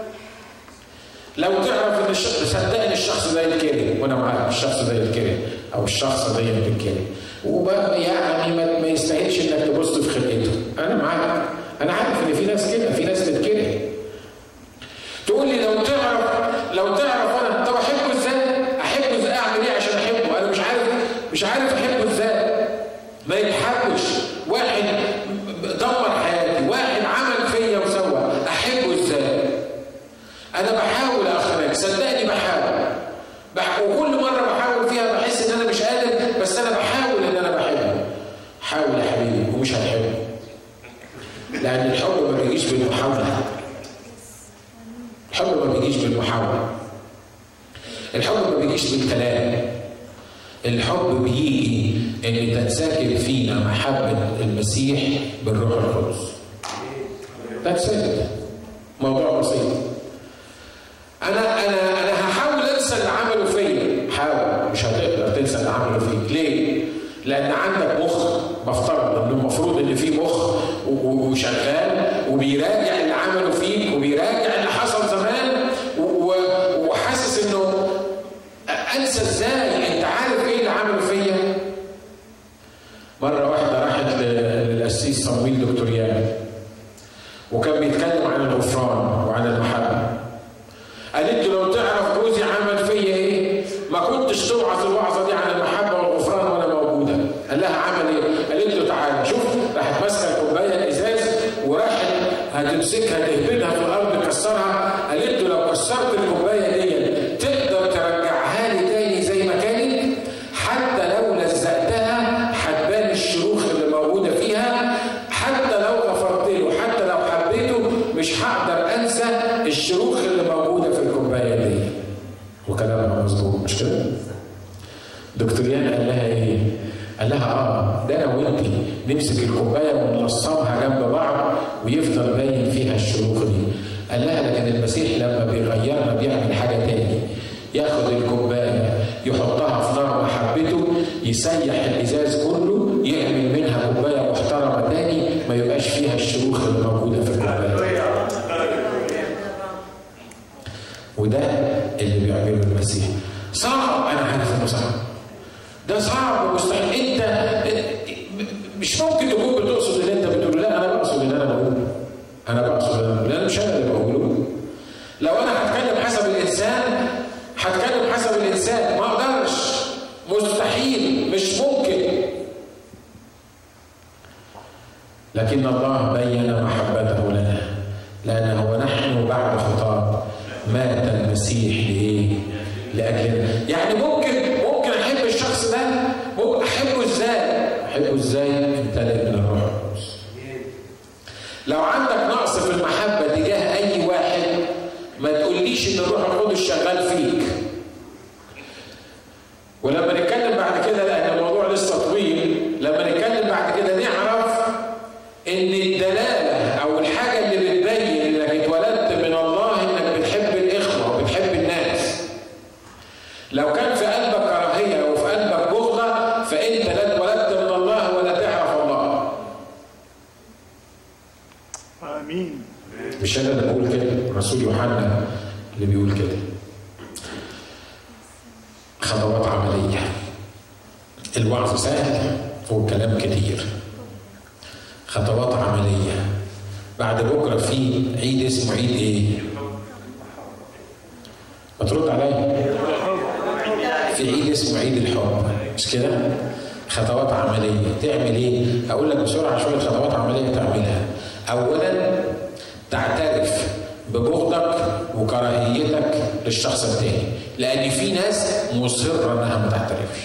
لو تعرف إن الشخص، صدقني الشخص ده يتكلم وأنا معاك، الشخص ده يتكلم أو الشخص ده يتكلم، وبقى يعني ما يستاهلش إنك تبص في خلقته. أنا معاك، أنا عارف إن في ناس كده، في ناس بتتكلم. تقول لي لو تعرف لو تعرف أنا طب أحب احبه ازاي؟ ما يتحبش. واحد دمر حياتي، واحد عمل فيا وسوى، احبه ازاي؟ انا بحاول يا اخ، صدقني بحاول. بح... وكل مره بحاول فيها بحس ان انا مش قادر، بس انا بحاول ان انا بحبه. حاول يا حبيبي ومش هتحبه. لان الحب ما بيجيش بالمحاوله. الحب ما بيجيش بالمحاوله. الحب ما بيجيش بالكلام. الحب بيجي ان تتساكن فينا محبه المسيح بالروح القدس. تتساكن. موضوع بسيط. انا انا انا هحاول انسى اللي عمله فيا. حاول، مش هتقدر تنسى اللي عمله فيك. ليه؟ لان عندك مخ، بفترض انه المفروض ان في مخ وشغال وبيراجع اللي عمله فيك وبيراجع اللي حصل زمان وحاسس انه انسى ازاي؟ انت عارف ايه اللي عمله فيا؟ مره واحده راحت للقسيس صمويل دكتوريان وكان بيتكلم عن الغفران وعن المحبه. قالت له لو تعرف جوزي عمل فيا ايه ما كنتش توعظ الوعظه دي عن المحبه والغفران وانا موجوده. قال لها عمل ايه؟ قالت له تعالى شوف. راحت ماسكه الكوبايه الازاز وراحت هتمسكها تهبدها في الارض تكسرها. قالت له لو كسرت الكوبايه دي تقدر ترجعها لي تاني زي ما كانت؟ حتى لو لزقتها هتبان الشروخ اللي موجوده فيها. حتى لو غفرت له، حتى لو حبيته، مش هقدر انسى الشروخ اللي موجوده في الكوبايه دي. وكلامها مظبوط مش كده؟ دكتوريان قال لها ايه؟ قال لها اه ده انا وانت نمسك الكوبايه ونلصمها جنب بعض ويفضل باين فيها الشروخ دي. قال لها لكن المسيح لما بيغيرنا بيعمل حاجه تاني. ياخد الكوبايه يحطها في نار محبته، يسيح الازاز كله، يعمل منها كوبايه محترمه تاني ما يبقاش فيها الشروخ اللي موجوده في الكوبايه. وده اللي بيعمله المسيح. صعب، انا عارف انه صعب. ده صعب ومستحيل. انت مش ممكن تكون بتقصد اللي انت بتقوله. لا، انا بقصد اللي انا بقوله. انا بقصد اللي انا بقوله، مش انا اللي بقوله. لو انا هتكلم حسب الانسان هتكلم حسب الانسان، ما اقدرش. مستحيل، مش ممكن. لكن الله بين محبته لنا لانه ونحن بعد خطاه مات المسيح لايه؟ لاجلنا. يعني ممكن ممكن احب الشخص ده. ممكن احبه ازاي؟ احبه ازاي؟ امتلئ من الروح القدس. لو عندك نقص في المحبه تجاه اي واحد ما تقوليش ان الروح القدس شغال فيك. ولما نتكلم بعد كده، لان الموضوع لسه طويل، لما نتكلم بعد كده نعرف ان الدلاله او الحاجه اللي بتبين انك اتولدت من الله انك بتحب الاخوه وبتحب الناس. لو كان في قلبك كراهيه وفي قلبك بغضه فانت لا اتولدت من الله ولا تعرف الله. امين. مش انا اللي بقول كده، الرسول يوحنا اللي بيقول كده. خطوات عمليه. الوعظ سهل والكلام كتير. خطوات عمليه. بعد بكره في عيد اسمه عيد ايه؟ ما ترد عليا. في عيد اسمه عيد الحب، مش كده؟ خطوات عمليه. تعمل ايه؟ هقول لك بسرعه شويه خطوات عمليه تعملها. اولا تعترف ببغضك وكراهيتك للشخص التاني، لان في ناس مصره انها ما تعترفش.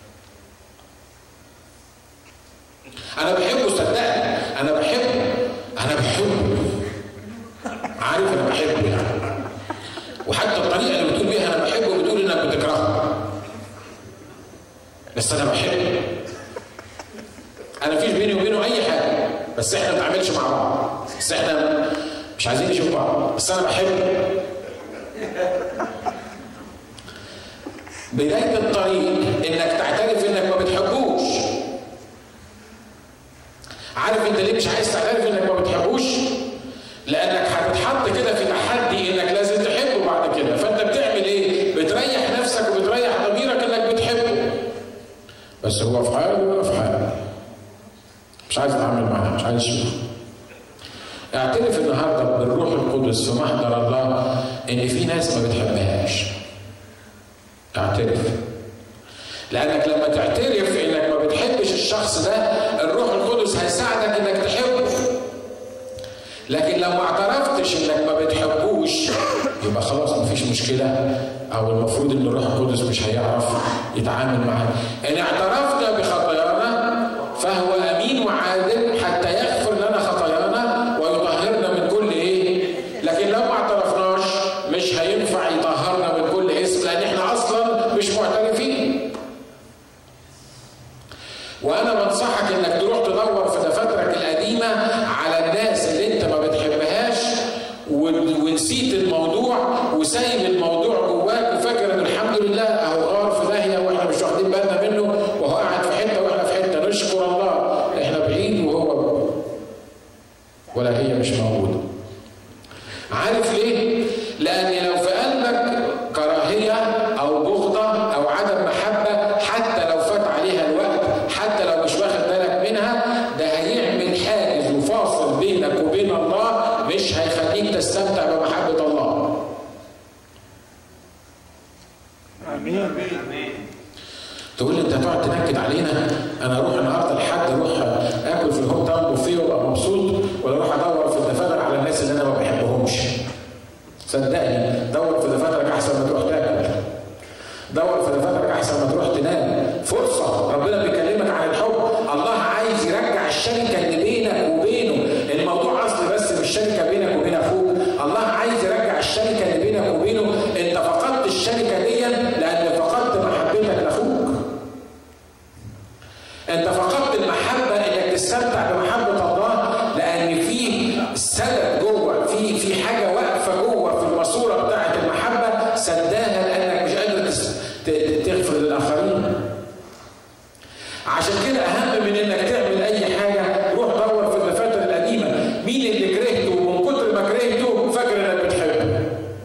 انا بحبه، صدقني انا بحبه انا بحبه عارف انا بحبه يعني. وحتى الطريقه اللي بتقول بيها انا بحبه بتقول انك بتكرهه، بس انا بحبه. انا مفيش بيني وبينه اي حاجه، بس احنا ما بنتعاملش مع بعض، بس احنا مش عايزين نشوف بعض، بس انا بحبه. بدايه الطريق انك تعترف انك ما بتحبوش. عارف انت ليه مش عايز تعترف انك ما بتحبوش؟ لانك هتتحط كده في تحدي انك لازم تحبه بعد كده. فانت بتعمل ايه؟ بتريح نفسك وبتريح ضميرك انك بتحبه، بس هو في حاله ولا في حاله. مش عايز اتعامل معاه، مش عايز اشوفه. اعترف النهارده بالروح القدس في محضر الله ان في ناس ما بتحبهاش. اعترف، لانك لما تعترف انك ما الشخص ده الروح القدس هيساعدك انك تحبه. لكن لو ما اعترفتش انك ما بتحبوش يبقى خلاص مفيش مشكله، او المفروض ان الروح القدس مش هيعرف يتعامل معاك. ان اعترفنا بخطايانا فهو امين وعادل حتى يغفر لنا خطايانا ويطهرنا من كل ايه؟ لكن لو ما اعترفناش مش هينفع يطهرنا من كل اسم، لان احنا اصلا مش معترفين. وانا بنصحك انك تروح تدور في دفاترك القديمه على الناس اللي انت ما بتحبهاش ونسيت الموضوع وسايب الموضوع جواك وفاكر ان الحمد لله اهو غار في داهيه واحنا مش واخدين بالنا منه، وهو قاعد في حته واحنا في حته، نشكر الله احنا بعيد وهو ولا هي مش موجوده. عارف ليه؟ لان لو في قلبك كراهيه او بغضه او عدم محبه حتى لو فات عليها الوقت، حتى لو مش واخد بالك منها، ده هيعمل حاجز وفاصل بينك وبين الله، مش هيخليك تستمتع بمحبه الله. امين. تقول لي انت هتقعد تنكد علينا؟ انا اروح النهارده لحد اروح اكل في الهوم تاون بوفيه وابقى مبسوط، ولا اروح ادور في الدفاتر على الناس اللي انا ما بحبهمش؟ صدقني دور في دفاترك احسن ما تروح تاكل. دور في دفاترك احسن ما تروح تنام. فرصه، ربنا بيكلمك عن الحب. الله عايز يرجع الشركه اللي بينك وبينه. الموضوع اصلي بس مش شركه بينك وبين اخوك، الله عايز يرجع الشركه اللي بينك وبينه. انت فقدت الشركه دي لان فقدت محبتك لاخوك. انت فقدت المحبه انك تستمتع بمحبه الله لان في سبب جوه، في في حاجه واقفه جوه في الماسوره بتاعه المحبه سداها لانك مش قادر تغفر للاخرين. عشان كده اهم من انك تعمل اي حاجه روح دور في الدفاتر القديمه مين اللي كرهته ومن كتر ما كرهته فاكر انك بتحبه.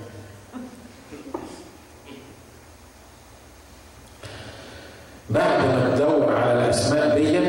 بعد ما تدور على الاسماء دي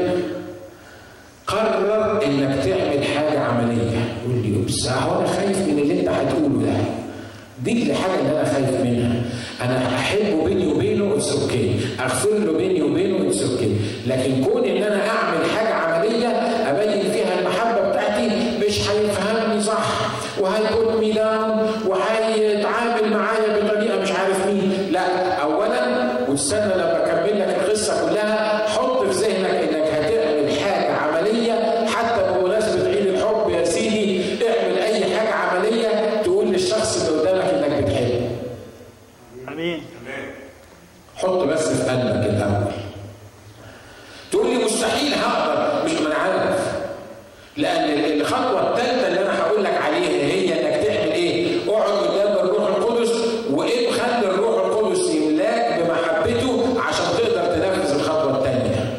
قرر انك تعمل حاجه عمليه. قول لي بس هو انا خايف من اللي انت هتقوله ده، دي الحاجه اللي انا خايف منها. انا احبه بيني وبينه اتس اوكي، اغفر له بيني وبينه اتس اوكي، لكن كون ان انا اعمل حاجه عمليه ابين فيها المحبه بتاعتي مش هيفهمني صح وهيبوت مي داون وهيتعامل معايا بطريقه مش عارف مين. لا، اولا وتستنى لما اكمل لك القصه كلها، حط في ذهنك انك هتعمل حاجه عمليه. حتى بمناسبه عيد الحب يا سيدي اعمل اي حاجه عمليه تقول للشخص اللي قدامك انك بتحبه. امين. حط بس في قلبك الاول. تقول لي مستحيل هقدر، مش من عارف، لان الخطوه الثالثه اللي انا هقول لك عليها هي انك تعمل ايه؟ اقعد قدام الروح القدس وايه خلي الروح القدس يملاك بمحبته عشان تقدر تنفذ الخطوه الثانيه.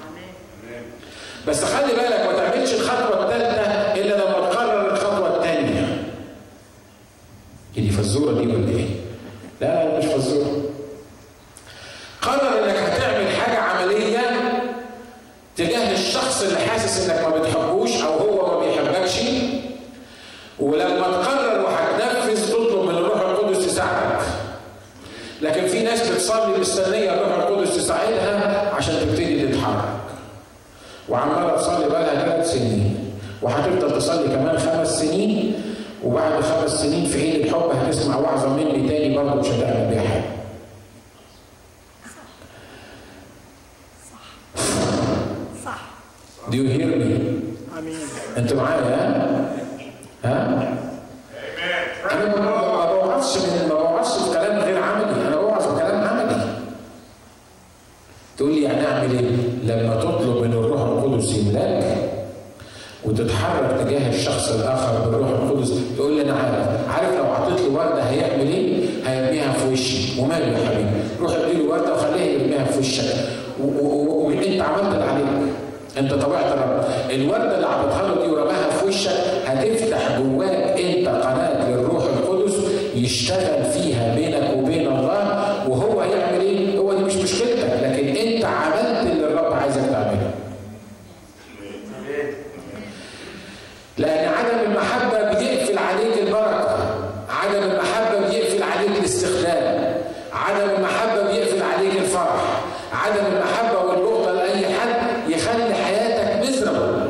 بس خلي بالك ما تعملش الخطوه الثالثه الا لما تقرر الخطوه الثانيه. دي فزوره دي ولا ايه؟ لا لا مش فزوره. قرر انك هتعمل حاجه عمليه تجاه الشخص اللي حاسس انك ما بتحبوش او هو ما بيحبكش، ولما تقرر وهتنفذ تطلب من الروح القدس يساعدك. لكن في ناس بتصلي مستنيه الروح القدس يساعدها عشان تبتدي تتحرك، وعماله تصلي بقى لها ثلاث سنين وهتفضل تصلي كمان خمس سنين، وبعد خمس سنين في عيد الحب هتسمع وعظه مني تاني برضه مش هتعمل بيها حاجه. Do you hear me؟ امين. انتوا معايا ها؟ ها؟ انا ما بوعظش من ما بوعظش بكلام غير عملي، انا بوعظ بكلام عملي. تقول لي يعني اعمل ايه؟ لما تطلب من الروح القدس يملاك وتتحرك تجاه الشخص الاخر بالروح القدس، تقول لي انا عارف، عارف لو عطيت له ورده هيعمل ايه؟ هيرميها في وشي. وماله يا حبيبي؟ روح اديله ورده وخليه يرميها في وشك، وانت عملت اللي عليك. انت طوعت الرب. الورده اللي عطيتها له دي ورماها في وشك هتفتح جواك انت قناه للروح القدس يشتغل فيها بينك وبين الله، وهو هيعمل ايه؟ هو دي مش مشكلتك، لكن انت عملت اللي الرب عايزك تعمله. لان عدم المحبه بيقفل عليك البركه، عدم المحبه بيقفل عليك الاستخدام، عدم المحبه بيقفل عليك الفرح، عدم المحبه والبغضه لاي حد يخلي يخلي حياتك مزربل.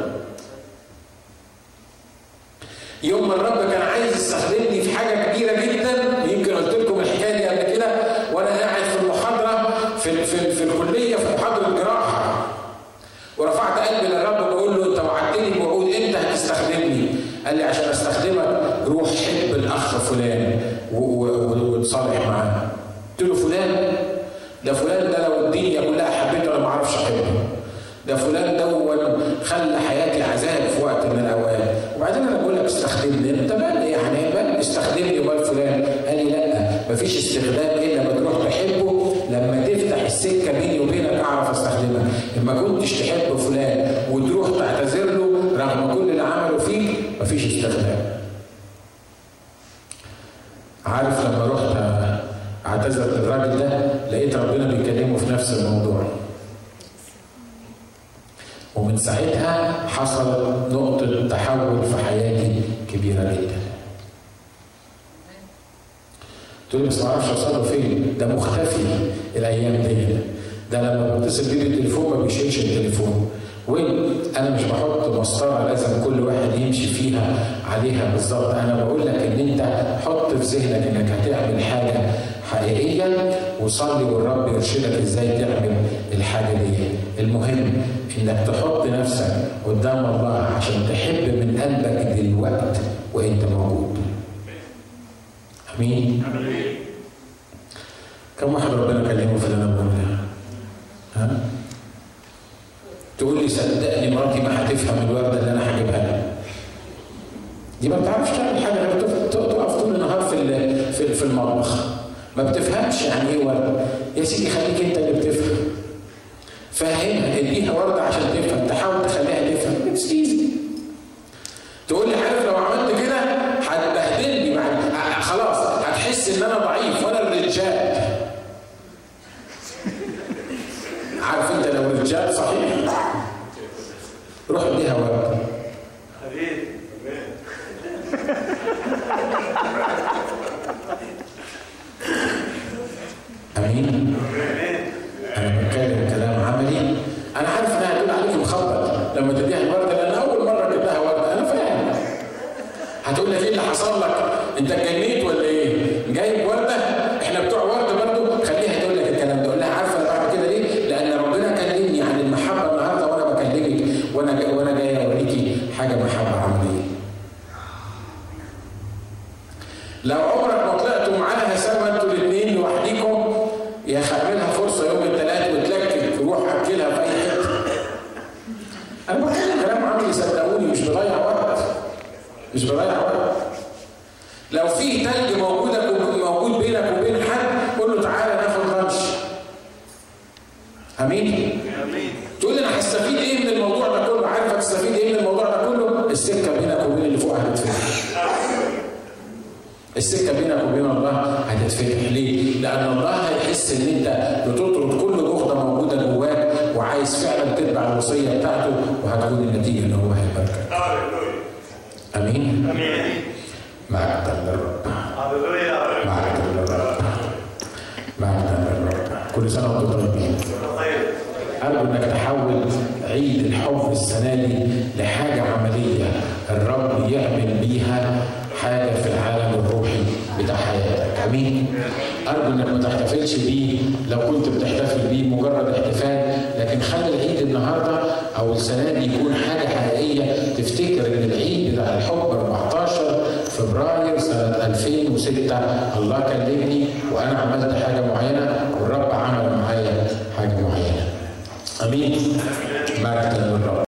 يوم ما الرب كان عايز يستخدمني في حاجه كبيره جدا، يمكن قلت لكم الحكايه دي قبل كده وانا قاعد في المحاضره في في, في الكليه في محاضره الجراحه، ورفعت قلبي للرب بقول له انت وعدتني بوعود، انت هتستخدمني. قال لي عشان استخدمك روح حب الاخ فلان وتصالح معاه. قلت له فلان؟ ده فلان ده لو الدنيا كلها حبيته انا ما اعرفش احبه. ده فلان دون خلى حياتي عذاب في وقت من الاوقات. وبعدين انا بقول لك استخدمني، انت بقى يعني بقى استخدمني وبقى فلان. قال لي لا، مفيش استخدام الا لما تروح تحبه، لما تفتح السكه بيني وبينك اعرف استخدمك. لما كنتش تحب فلان وتروح تعتذر له رغم كل اللي عمله فيك مفيش استخدام. عارف لما رحت اعتذر للراجل ده لقيت ربنا بيكلمه في نفس الموضوع، ومن ساعتها حصل نقطة تحول في حياتي كبيرة جدا. تقول لي بس ما اعرفش اوصله فين، ده مختفي الايام دي، ده لما بتصل بيه بالتليفون ما بيشيلش التليفون. وين انا مش بحط مسطره لازم كل واحد يمشي فيها عليها بالظبط، انا بقول لك ان انت حط في ذهنك انك هتعمل حاجه حقيقيه وصلي والرب يرشدك ازاي تعمل الحاجه دي. المهم انك تحط نفسك قدام الله عشان تحب من قلبك دلوقتي وانت موجود. امين. كم واحد ربنا كلمه في اللي انا بقوله ده؟ ها؟ تقول لي صدقني مراتي ما هتفهم الورده اللي انا هجيبها لها. دي ما بتعرفش تعمل حاجه، غير تقف طول النهار في في في المطبخ. ما بتفهمش يعني ايه ورده. يا سيدي خليك انت اللي بتفهم. فهمها، اديها ورده عشان تفهم، تحاول تخليها تفهم. اتس ايزي. تقول لي عارف لو عملت كده هتبهدلني بعد خلاص هتحس ان انا ضعيف وانا الرجال. عارف انت لو رجال صحيح روح اديها ورده. حبيبي امين. انا بتكلم كلام عملي. انا عارف انها هتقول عليك مخبط لما تديها الورده، لان اول مره جبتها ورده. انا فاهم. هتقول لك ايه اللي حصل لك؟ انت اتجنيت ولا ايه؟ جايب ورده؟ احنا بتوع ورده برضه. خليها تقول لك الكلام ده. قول لها عارفه انا بعمل كده ليه؟ لان ربنا كلمني عن المحبه النهارده وانا بكلمك وانا جاي وانا جاي اوريكي حاجه محبه عمليه. لو عمرك ما طلعتوا معاها سوا انتوا الاثنين لوحديكم، يا خليها فرصه يوم الثلاث وتلكك تروح اكلها في اي حته. انا بتكلم كلام عملي صدقوني، مش بضيع وقت. مش بضيع وقت. لو في تلج موجوده موجود بينك وبين حد قول له تعالى ناخد لانش. امين؟ امين. تقول لي انا هستفيد ايه من الموضوع ده كله؟ عارف هتستفيد ايه من الموضوع ده كله؟ السكه بينك وبين اللي فوق هتتفتح. السكه بينك وبين الله هتتفتح. ليه؟ لان الله هيحس ان انت بتطرد كل بغضه موجوده جواك وعايز فعلا تتبع الوصيه بتاعته، وهتكون النتيجه ان هو هيباركك. امين؟ امين. معك للرب. هللويا. معك للرب. معك للرب. كل سنه وانتم طيبين. أرجو إنك تحول عيد الحب السنة دي لحاجة عملية الرب يعمل بيها حاجة في العالم الروحي بتاع حياتك. أمين؟ أرجو إنك ما تحتفلش بيه لو كنت بتحتفل بيه مجرد احتفال، لكن خلي العيد النهارده أو السنة دي يكون حاجة حقيقية. تفتكر إن العيد بتاع الحب أربعتاشر فبراير سنة ألفين وستة الله كلمني وأنا عملت حاجة معينة والرب عمل معايا حاجة معينة. امين.